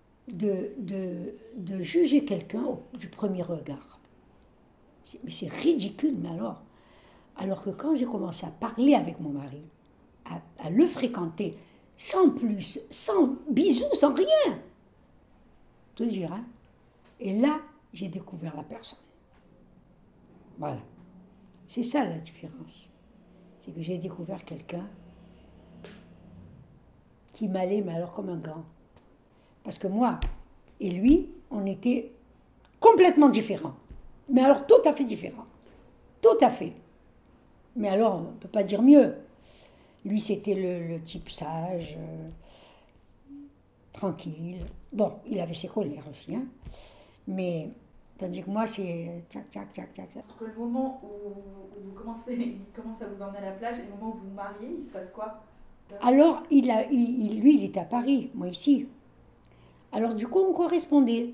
de juger quelqu'un du premier regard. Mais c'est ridicule, mais alors. Alors que quand j'ai commencé à parler avec mon mari, à le fréquenter, sans plus, sans bisous, sans rien, te dire, hein. Et là, j'ai découvert la personne. Voilà. C'est ça la différence. C'est que j'ai découvert quelqu'un qui m'allait, mais alors comme un gant. Parce que moi et lui, on était complètement différents. Mais alors tout à fait différents. Tout à fait. Mais alors, on ne peut pas dire mieux. Lui, c'était le type sage, tranquille. Bon, il avait ses colères aussi, hein. Mais, tandis que moi, c'est tchac, tchac, tchac, tchac, tchac. Entre le moment où il commence à vous emmener à la plage et le moment où vous vous mariez, il se passe quoi? Alors, lui, il était à Paris, moi ici. Alors, du coup, on correspondait.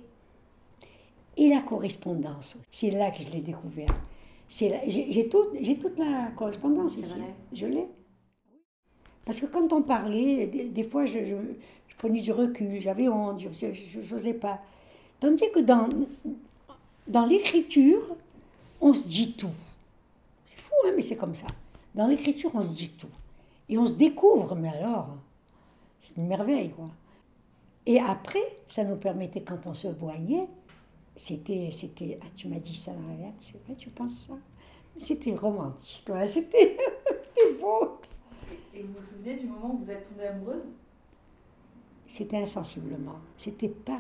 Et la correspondance, c'est là que je l'ai découvert. J'ai toute la correspondance ici. Vrai. Je l'ai. Parce que quand on parlait, des fois, je prenais du recul, j'avais honte, je n'osais pas. Tandis que dans l'écriture, on se dit tout. C'est fou, hein, mais c'est comme ça. Dans l'écriture, on se dit tout. Et on se découvre, mais alors, c'est une merveille, quoi. Et après, ça nous permettait, quand on se voyait, c'était ah, tu m'as dit ça dans la lettre, c'est vrai, tu penses ça? C'était romantique, quoi. C'était beau. Et vous vous souvenez du moment où vous êtes tombée amoureuse? C'était insensiblement. C'était pas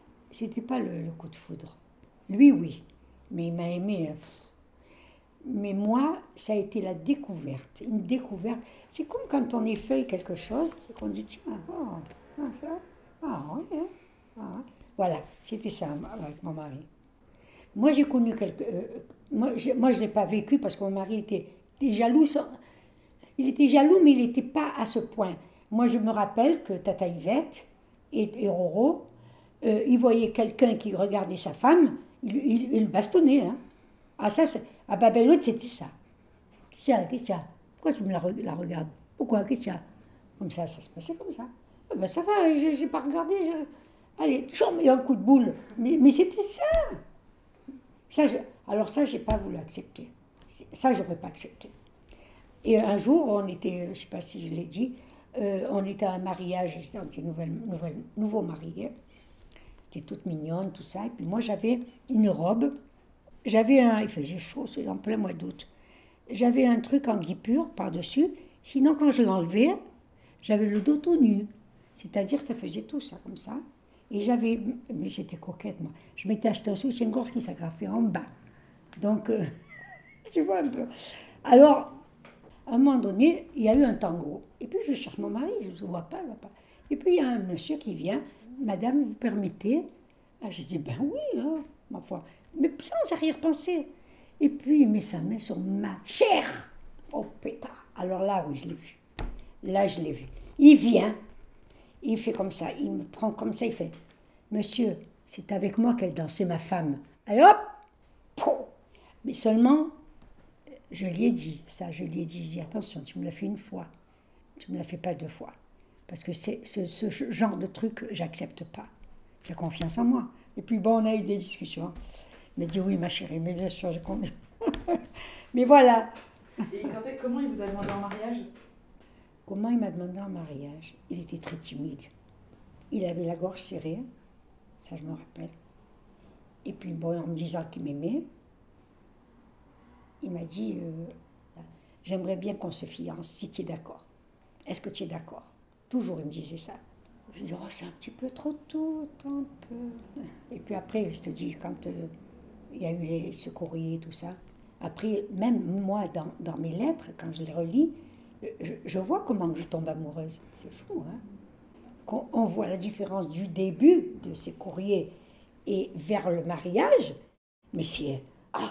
le coup de foudre. Lui, oui, mais il m'a aimé. Mais moi, ça a été la découverte. Une découverte. C'est comme quand on effeuille quelque chose et qu'on dit tiens, ça, oui, hein, ouais. Voilà, c'était ça avec mon mari. Moi, j'ai connu moi, je ne l'ai pas vécu parce que mon mari était jaloux. Il était jaloux, mais il n'était pas à ce point. Moi, je me rappelle que Tata Yvette et Roro, ils voyaient quelqu'un qui regardait sa femme, il le bastonnait. Hein. Ah, ça, à Babel, c'était ça. Qu'est-ce qu'il y a? Pourquoi tu me la regardes? Pourquoi? Qu'est-ce qu'il y a? Comme ça se passait comme ça. Ah ben, ça va, je n'ai pas regardé. Allez, il y a un coup de boule. Mais c'était ça. Alors ça, je n'ai pas voulu accepter. Ça, je n'aurais pas accepté. Et un jour, on était, je ne sais pas si je l'ai dit, on était à un mariage, on était nouveau mariés. J'étais toute mignonne, tout ça. Et puis moi, j'avais une robe. Il faisait chaud, c'est en plein mois d'août. J'avais un truc en guipure par-dessus. Sinon, quand je l'enlevais, j'avais le dos tout nu. C'est-à-dire que ça faisait tout ça, comme ça. Et mais j'étais coquette, moi. Je m'étais acheté un soutien-gorge qui s'agrafait en bas. Donc, tu vois un peu. Alors, à un moment donné, il y a eu un tango. Et puis, je cherche mon mari, je ne vois pas, il va pas. Et puis, il y a un monsieur qui vient. Madame, vous permettez? Ah, je dis, ben oui, hein, ma foi. Mais sans arrière-pensée. Et puis, il met sa main sur ma chair. Oh, pétard. Alors là, oui, je l'ai vu. Là, je l'ai vu. Il vient. Il fait comme ça. Il me prend comme ça. Il fait, monsieur, c'est avec moi qu'elle dansait ma femme. Allez, hop. Pouf. Mais seulement, je lui ai dit ça. Je lui ai dit, attention, tu me l'as fait une fois. Tu me l'as fait pas deux fois. Parce que c'est ce genre de truc, j'accepte pas. Tu as confiance en moi. Et puis bon, on a eu des discussions. Il m'a dit, oui, ma chérie, mais bien sûr, j'ai confiance. Mais voilà. Et comment il vous a demandé en mariage? Comment il m'a demandé en mariage? Il était très timide. Il avait la gorge serrée, ça je me rappelle. Et puis bon, en me disant qu'il m'aimait, il m'a dit, j'aimerais bien qu'on se fiance, si tu es d'accord. Est-ce que tu es d'accord? Toujours, il me disait ça. Je dis, oh, c'est un petit peu trop tôt, un peu. Et puis après, je te dis, quand il y a eu ce courrier, tout ça, après, même moi, dans mes lettres, quand je les relis, je vois comment je tombe amoureuse. C'est fou, hein? On voit la différence du début de ces courriers et vers le mariage, mais c'est... Ah!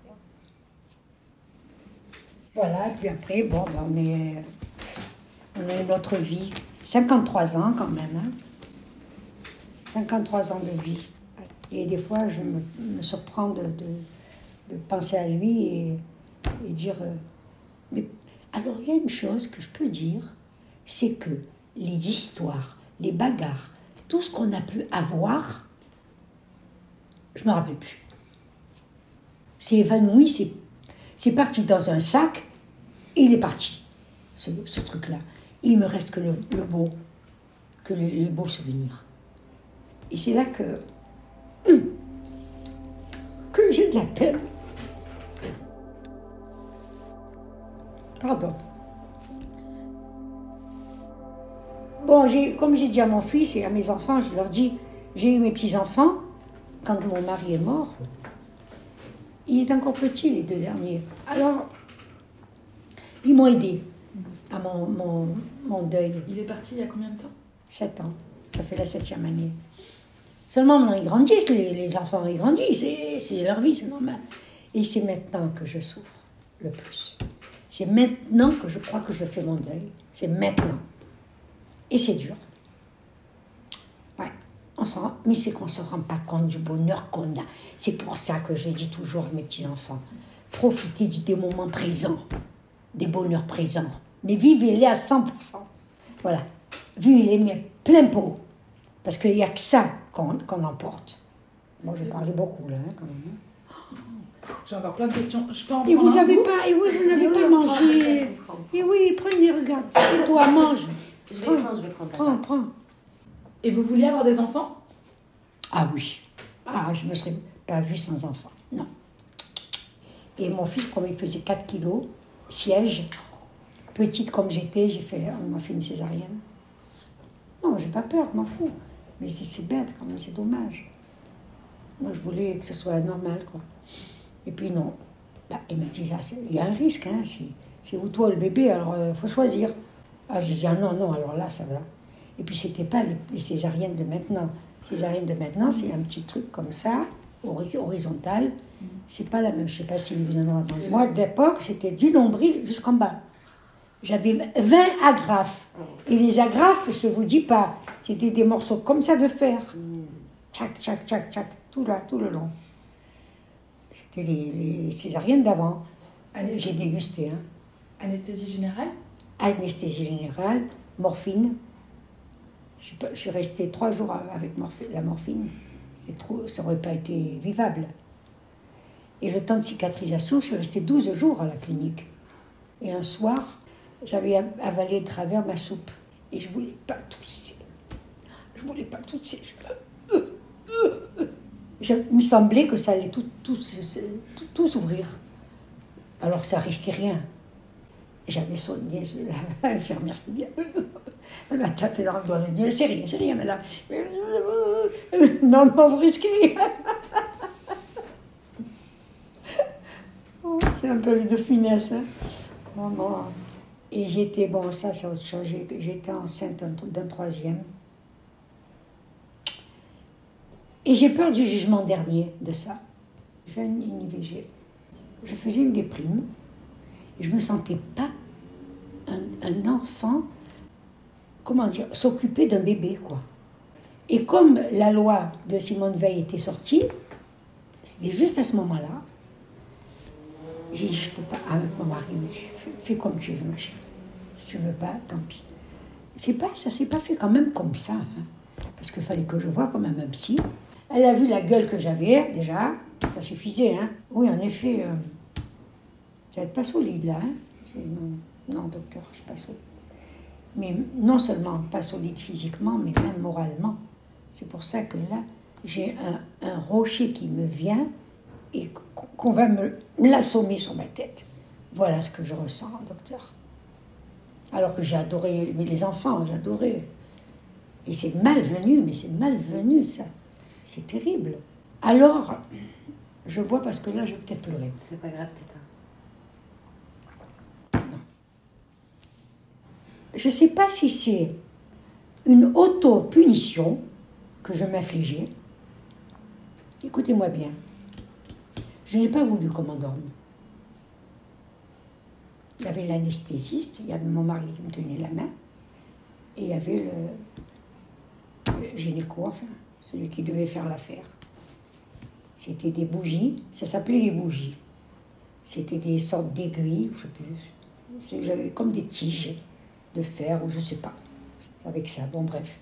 Voilà, et puis après, bon, ben on a notre vie. 53 ans quand même, hein? 53 ans de vie. Et des fois, je me surprends de penser à lui et dire... mais alors, il y a une chose que je peux dire, c'est que les histoires, les bagarres, tout ce qu'on a pu avoir, je ne me rappelle plus. C'est évanoui, c'est parti dans un sac et il est parti, ce truc-là. Il me reste que le beau, que les beaux souvenirs. Et c'est là que j'ai de la peine. Pardon. Bon, comme j'ai dit à mon fils et à mes enfants, je leur dis, j'ai eu mes petits-enfants quand mon mari est mort. Il est encore petit, les 2 derniers. Alors, ils m'ont aidé à mon deuil. Il est parti il y a combien de temps? 7 ans. Ça fait la 7e année. Seulement, maintenant, ils grandissent, les enfants, ils grandissent. C'est leur vie, c'est normal. Et c'est maintenant que je souffre le plus. C'est maintenant que je crois que je fais mon deuil. C'est maintenant. Et c'est dur. Ouais. Mais c'est qu'on ne se rend pas compte du bonheur qu'on a. C'est pour ça que je dis toujours à mes petits-enfants, profitez des moments présents, des bonheurs présents. Mais vivez-les à 100%. Voilà. Vivez-les plein pot. Parce qu'il n'y a que ça qu'on emporte. Moi, je parlais beaucoup, là, quand même. J'ai encore plein de questions. Je peux en Et prendre vous un avez bout? pas, et oui, vous n'avez pas mangé. Et oui, prenez, regarde. Et toi, mange. Je vais prendre. Prends. Et vous vouliez avoir des enfants? Ah oui. Ah, je ne me serais pas vue sans enfant. Non. Et mon fils, comme il faisait 4 kilos, siège, petite comme j'étais, on m'a fait une césarienne. Non, j'ai pas peur, je m'en fous. Mais je dis, c'est bête quand même, c'est dommage. Moi, je voulais que ce soit normal, quoi. Et puis non. Bah, il m'a dit, il y a un risque, hein. C'est ou toi ou le bébé, alors il faut choisir. Ah, j'ai dit, ah non, alors là, ça va. Et puis, c'était pas les césariennes de maintenant. Césarienne de maintenant, c'est un petit truc comme ça, horizontal. C'est pas la même, je sais pas si vous en avez entendu. Moi, d'époque, c'était du nombril jusqu'en bas. J'avais 20 agrafes. Et les agrafes, je vous dis pas, c'était des morceaux comme ça de fer. Tchac, tchac, tchac, tchac, tout le long. C'était les césariennes d'avant. J'ai dégusté. Hein. Anesthésie générale? Anesthésie générale, morphine. Je suis restée 3 jours avec la morphine. C'était trop, ça n'aurait pas été vivable. Et le temps de cicatrisation, je suis restée 12 jours à la clinique. Et un soir, j'avais avalé de travers ma soupe. Et je ne voulais pas tousser. Il me semblait que ça allait tout s'ouvrir. Alors ça risquait rien. J'avais sonné l'infirmière qui vient. Elle m'a tapé dans le doigt. Elle m'a dit, c'est rien, madame. Non, vous risquez rien. Oh, c'est un peu de finesse. Hein. Maman. Et j'étais, bon, ça c'est autre chose. J'étais enceinte d'un 3e. Et j'ai peur du jugement dernier de ça. Je fais une IVG. Je faisais une déprime. Et je ne me sentais pas un enfant, comment dire, s'occuper d'un bébé, quoi. Et comme la loi de Simone Veil était sortie, c'était juste à ce moment-là, j'ai dit, je ne peux pas, avec mon mari, il m'a dit, fais comme tu veux, ma chérie. Si tu ne veux pas, tant pis. Ça ne s'est pas fait quand même comme ça, hein, parce qu'il fallait que je voie quand même un psy. Elle a vu la gueule que j'avais, déjà, ça suffisait, hein. Oui, en effet, vous n'êtes pas solide, là, hein. Non, docteur, je ne suis pas solide. Mais non seulement pas solide physiquement, mais même moralement. C'est pour ça que là, j'ai un rocher qui me vient et qu'on va me l'assommer sur ma tête. Voilà ce que je ressens, docteur. Alors que j'ai adoré les enfants, j'adorais. Et c'est malvenu, mais c'est malvenu, ça. C'est terrible. Alors, je bois parce que là, je vais peut-être pleurer. C'est pas grave, Tata. Non. Je ne sais pas si c'est une auto-punition que je m'infligeais. Écoutez-moi bien. Je n'ai pas voulu qu'on m'endorme. Il y avait l'anesthésiste, il y avait mon mari qui me tenait la main, et il y avait le gynéco, enfin, celui qui devait faire l'affaire. C'était des bougies, ça s'appelait les bougies. C'était des sortes d'aiguilles, je sais plus. J'avais comme des tiges de fer, ou je sais pas. C'est avec ça, bon bref.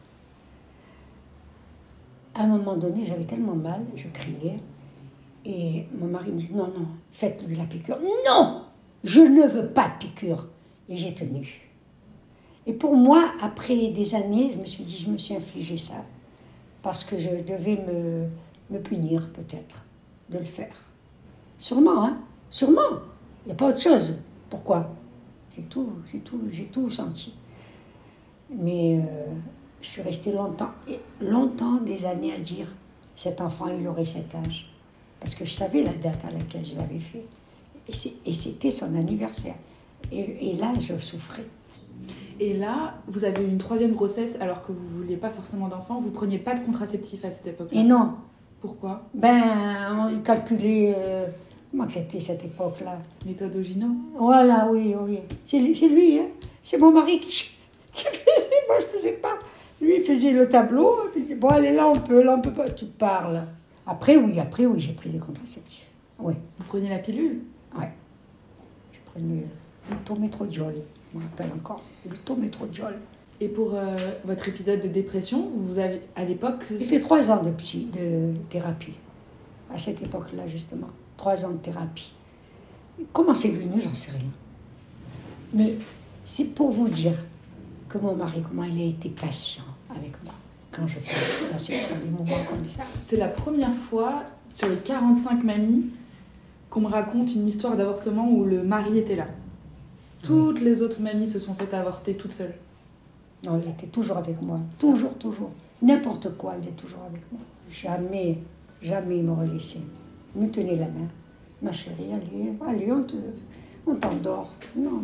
À un moment donné, j'avais tellement mal, je criais, et mon mari me dit, non, faites-lui la piqûre. Non! Je ne veux pas de piqûre. Et j'ai tenu. Et pour moi, après des années, je me suis dit, je me suis infligé ça. Parce que je devais me punir, peut-être, de le faire. Sûrement, hein? Sûrement. Il n'y a pas autre chose. Pourquoi? J'ai tout senti. Mais je suis restée longtemps, des années à dire, cet enfant, il aurait cet âge. Parce que je savais la date à laquelle je l'avais fait. Et c'était son anniversaire. Et là, je souffrais. Et là, vous avez eu une 3e grossesse alors que vous ne vouliez pas forcément d'enfant. Vous ne preniez pas de contraceptif à cette époque-là. Et non. Pourquoi? On calculait... comment que c'était cette époque-là? Méthode Ogino. Voilà, oui. C'est lui, hein. C'est mon mari qui faisait. Moi, je ne faisais pas. Lui, il faisait le tableau. Il disait, bon, allez, là, on peut pas. Tu parles. Après, oui, j'ai pris des contraceptifs. Oui. Vous preniez la pilule? Ouais. Je prenais l'utométrodiol, je me rappelle encore, l'utométrodiol. Et pour votre épisode de dépression, vous avez, à l'époque... J'ai fait 3 ans de thérapie, à cette époque-là, justement. 3 ans de thérapie. Comment c'est venu, j'en sais rien. Mais c'est pour vous dire que mon mari, comment il a été patient avec moi, quand je passe dans des moments comme ça. C'est la première fois, sur les 45 mamies, qu'on me raconte une histoire d'avortement où le mari était là. Toutes les autres mamies se sont fait avorter toutes seules. Non, il était toujours avec moi. Toujours. N'importe quoi, il est toujours avec moi. Jamais il m'aurait laissé. Il me tenait la main. Ma chérie, allez, on t'endort. Non.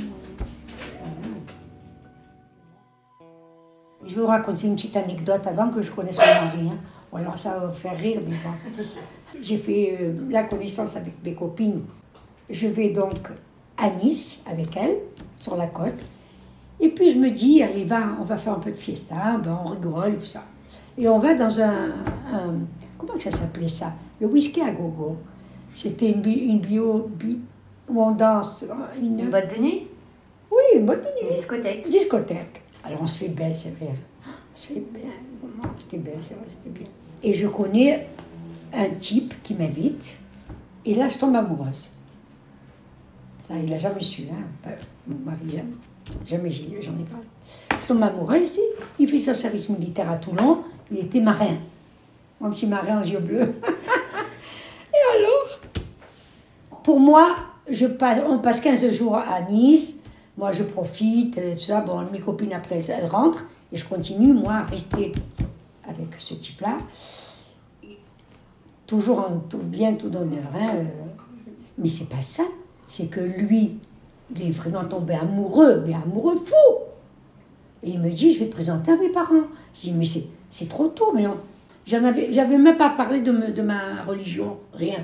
Je vais vous raconter une petite anecdote avant que je connaisse mon mari. Hein. Ou alors ça va vous faire rire, mais bon. J'ai fait la connaissance avec mes copines. Je vais donc à Nice avec elle, sur la côte. Et puis je me dis, allez, on va faire un peu de fiesta, on rigole, tout ça. Et on va dans comment ça s'appelait ça? Le whisky à gogo. C'était une bio où on danse. Une boîte de nuit? Oui, une boîte de nuit. Une discothèque. Alors on se fait belle, c'est vrai. On se fait belle. C'était belle, c'est vrai, c'était bien. Et je connais un type qui m'invite. Et là, je tombe amoureuse. Ça, il n'a jamais su, hein. Mon mari, jamais j'en ai parlé. Je tombe amoureuse ici. Il fait son service militaire à Toulon. Il était marin. Mon petit marin aux yeux bleus. Et alors, pour moi, on passe 15 jours à Nice. Moi, je profite, tout ça. Bon, mes copines, après, elles rentrent. Et je continue, moi, à rester avec ce type-là. Toujours en tout bien, tout honneur. Hein. Mais c'est pas ça. C'est que lui, il est vraiment tombé amoureux, mais amoureux fou. Et il me dit, je vais te présenter à mes parents. Je dis, mais c'est trop tôt. Mais j'avais même pas parlé de ma religion, rien.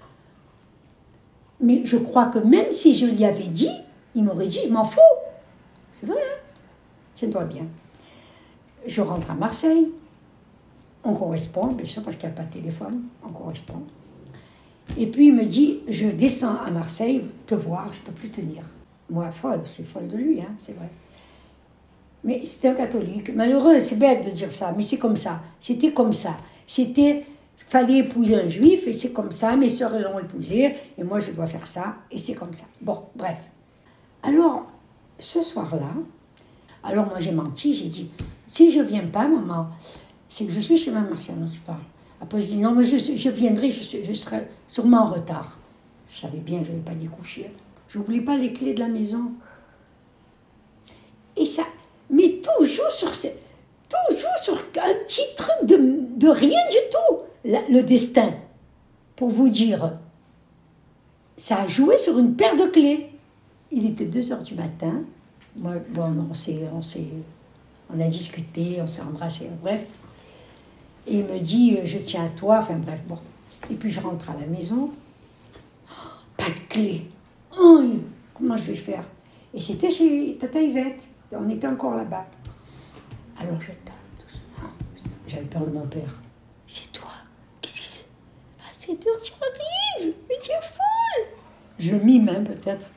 Mais je crois que même si je lui avais dit, il m'aurait dit, je m'en fous. C'est vrai, hein? Tiens-toi bien. Je rentre à Marseille. On correspond, bien sûr, parce qu'il n'y a pas de téléphone. On correspond. Et puis il me dit, je descends à Marseille te voir, je ne peux plus tenir. Moi, c'est folle de lui, hein, c'est vrai. Mais c'était un catholique. Malheureux, c'est bête de dire ça, mais c'est comme ça. C'était comme ça. Fallait épouser un juif, et c'est comme ça. Mes sœurs l'ont épousé, et moi, je dois faire ça, et c'est comme ça. Bon, bref. Alors, ce soir-là, alors moi, j'ai menti, j'ai dit, si je ne viens pas, maman, c'est que je suis chez ma Martial dont tu parles. Après, je dis, non, mais je viendrai, je serai sûrement en retard. Je savais bien que je n'avais pas découché. Je n'oublie pas les clés de la maison. Et ça, mais toujours Toujours sur un petit truc de rien du tout. Le destin, pour vous dire, ça a joué sur une paire de clés. Il était 2h du matin. Moi, bon, on a discuté, on s'est embrassé, bref. Et il me dit, je tiens à toi, enfin bref, bon. Et puis je rentre à la maison. Oh, pas de clé. Oh, comment je vais faire? Et c'était chez Tata Yvette. On était encore là-bas. Alors je tape. J'avais peur de mon père. C'est toi? Qu'est-ce que c'est? À 7 heures, tu arrives? Mais tu es folle! Je mime, hein, peut-être.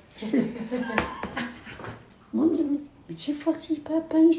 Mon Dieu, mais tu es folle, si papa, il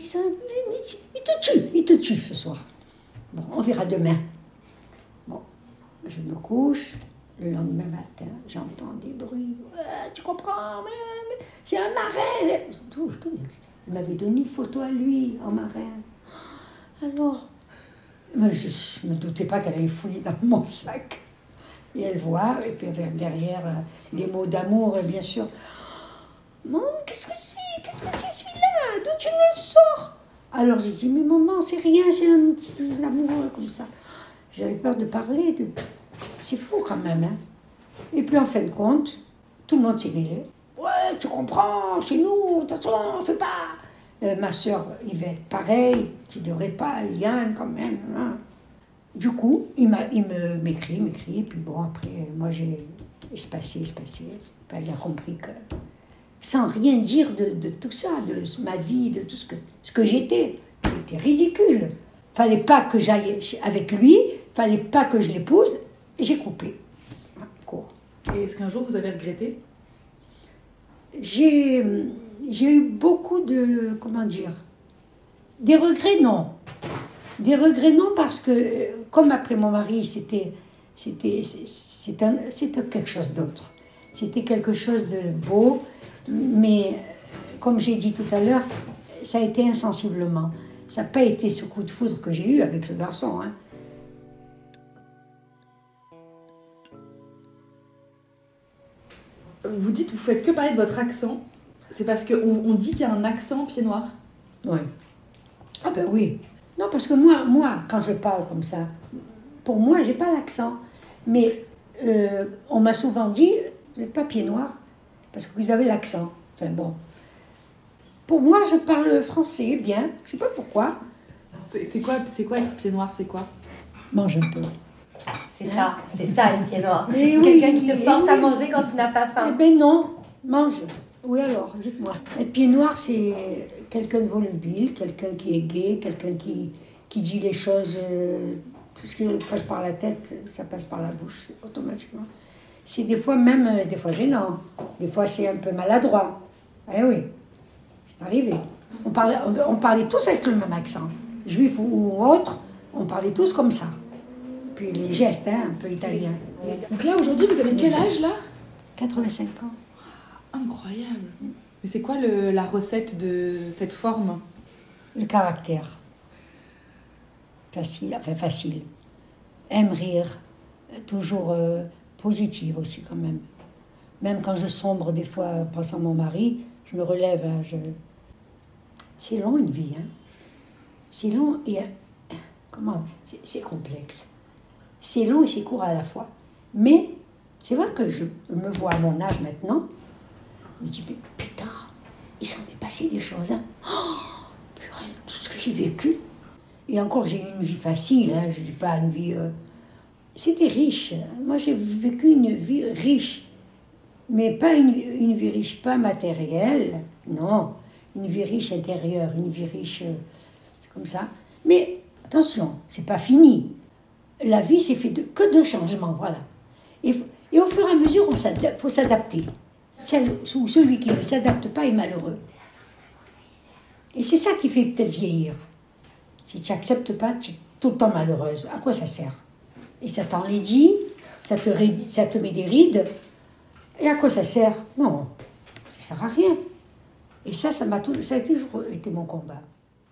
te tue ce soir. Bon, on verra demain. Bon, je me couche. Le lendemain matin, j'entends des bruits. Ouais, tu comprends, mais c'est un marin. Il m'avait donné une photo à lui, en marin. Alors, mais je ne me doutais pas qu'elle allait fouiller dans mon sac. Et elle voit, et puis derrière, des mots d'amour, et bien sûr. Maman, qu'est-ce que c'est? Qu'est-ce que c'est celui-là? D'où tu me le sors? Alors j'ai dit, mais maman, c'est rien, c'est un amour comme ça. J'avais peur de parler. C'est fou quand même. Hein? Et puis en fin de compte, tout le monde s'est mêlé. Ouais, tu comprends, chez nous, attention, on ne fait pas. Ma soeur Yvette, pareil, tu ne devrais pas, Eliane quand même. Hein? Du coup, il m'écrit, et puis bon, après, moi j'ai espacé. Ben, il a compris que, sans rien dire de tout ça, de ma vie, de tout ce que j'étais ridicule. Fallait pas que j'aille avec lui, fallait pas que je l'épouse, et j'ai coupé. Court. Et est-ce qu'un jour vous avez regretté? J'ai eu beaucoup de, des regrets, non. Des regrets, non, parce que, comme après mon mari, c'était quelque chose d'autre. C'était quelque chose de beau, mais, comme j'ai dit tout à l'heure, ça a été insensiblement. Ça n'a pas été ce coup de foudre que j'ai eu avec ce garçon. Hein. Vous dites, vous faites que parler de votre accent. C'est parce qu'on dit qu'il y a un accent pied noir. Oui. Ah ben oui. Non, parce que moi, quand je parle comme ça, pour moi, j'ai pas l'accent. Mais on m'a souvent dit, vous n'êtes pas pied noir, parce que vous avez l'accent. Enfin bon. Pour moi, je parle français bien. Je sais pas pourquoi. C'est quoi être pied noir? C'est quoi? Mange un peu. C'est ça le pied noir. C'est quelqu'un qui te force à manger quand tu n'as pas faim. Eh ben non, mange. Oui alors, dites-moi. Être pied noir, c'est quelqu'un de volubile, quelqu'un qui est gai, quelqu'un qui dit les choses, tout ce qui passe par la tête, ça passe par la bouche automatiquement. C'est des fois gênant, des fois c'est un peu maladroit. Eh oui, c'est arrivé. On parlait tous avec le même accent, juif ou autre, on parlait tous comme ça. Puis les gestes, hein, un peu italiens. Donc là, aujourd'hui, vous avez quel âge, là? 85 ans. Incroyable. Mais c'est quoi la recette de cette forme? Le caractère. Facile. Aime rire. Toujours positive aussi, quand même. Même quand je sombre, des fois, en pensant à mon mari, je me relève. Hein, C'est long, une vie. Hein. C'est long et... C'est complexe. C'est long et c'est court à la fois. Mais c'est vrai que je me vois à mon âge maintenant, je me dis, mais putain, il s'en est passé des choses. Hein. Oh, purée, tout ce que j'ai vécu. Et encore, j'ai eu une vie facile, hein, je ne dis pas une vie... C'était riche. Moi, j'ai vécu une vie riche. Mais pas une vie riche, pas matérielle, non. Une vie riche intérieure, une vie riche... c'est comme ça. Mais attention, c'est pas fini. La vie, c'est fait que de changements, voilà. Et au fur et à mesure, il faut s'adapter. Celui qui ne s'adapte pas est malheureux. Et c'est ça qui fait peut-être vieillir. Si tu n'acceptes pas, tu es tout le temps malheureuse. À quoi ça sert? Et ça t'enlaidit, ça te met des rides. Et à quoi ça sert? Non, ça ne sert à rien. Et ça a toujours été mon combat.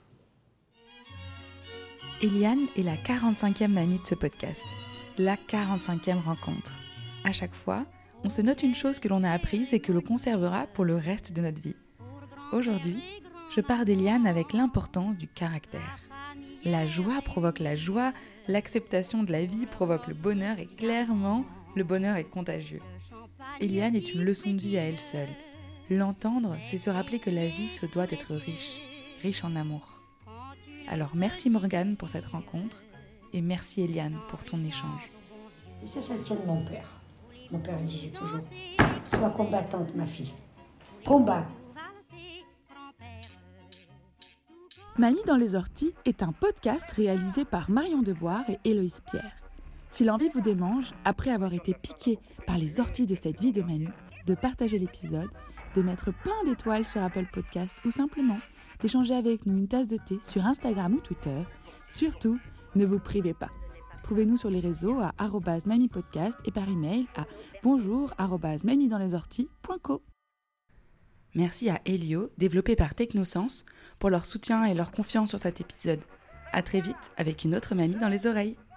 Eliane est la 45e mamie de ce podcast, la 45e rencontre. À chaque fois, on se note une chose que l'on a apprise et que l'on conservera pour le reste de notre vie. Aujourd'hui, je pars d'Eliane avec l'importance du caractère. La joie provoque la joie, l'acceptation de la vie provoque le bonheur et clairement, le bonheur est contagieux. Eliane est une leçon de vie à elle seule. L'entendre, c'est se rappeler que la vie se doit d'être riche, riche en amour. Alors merci Morgane pour cette rencontre et merci Eliane pour ton échange. Et ça tient de mon père. Mon père disait toujours, sois combattante ma fille. Combat. Mamie dans les orties est un podcast réalisé par Marion Deboire et Héloïse Pierre. Si l'envie vous démange, après avoir été piqué par les orties de cette vie de mamie, de partager l'épisode, de mettre plein d'étoiles sur Apple Podcast ou simplement d'échanger avec nous une tasse de thé sur Instagram ou Twitter, surtout, ne vous privez pas. Trouvez-nous sur les réseaux à @mamipodcast et par email à bonjour@mamiedanslesorties.co. Merci à Elio, développé par Technosense, pour leur soutien et leur confiance sur cet épisode. À très vite avec une autre mamie dans les oreilles.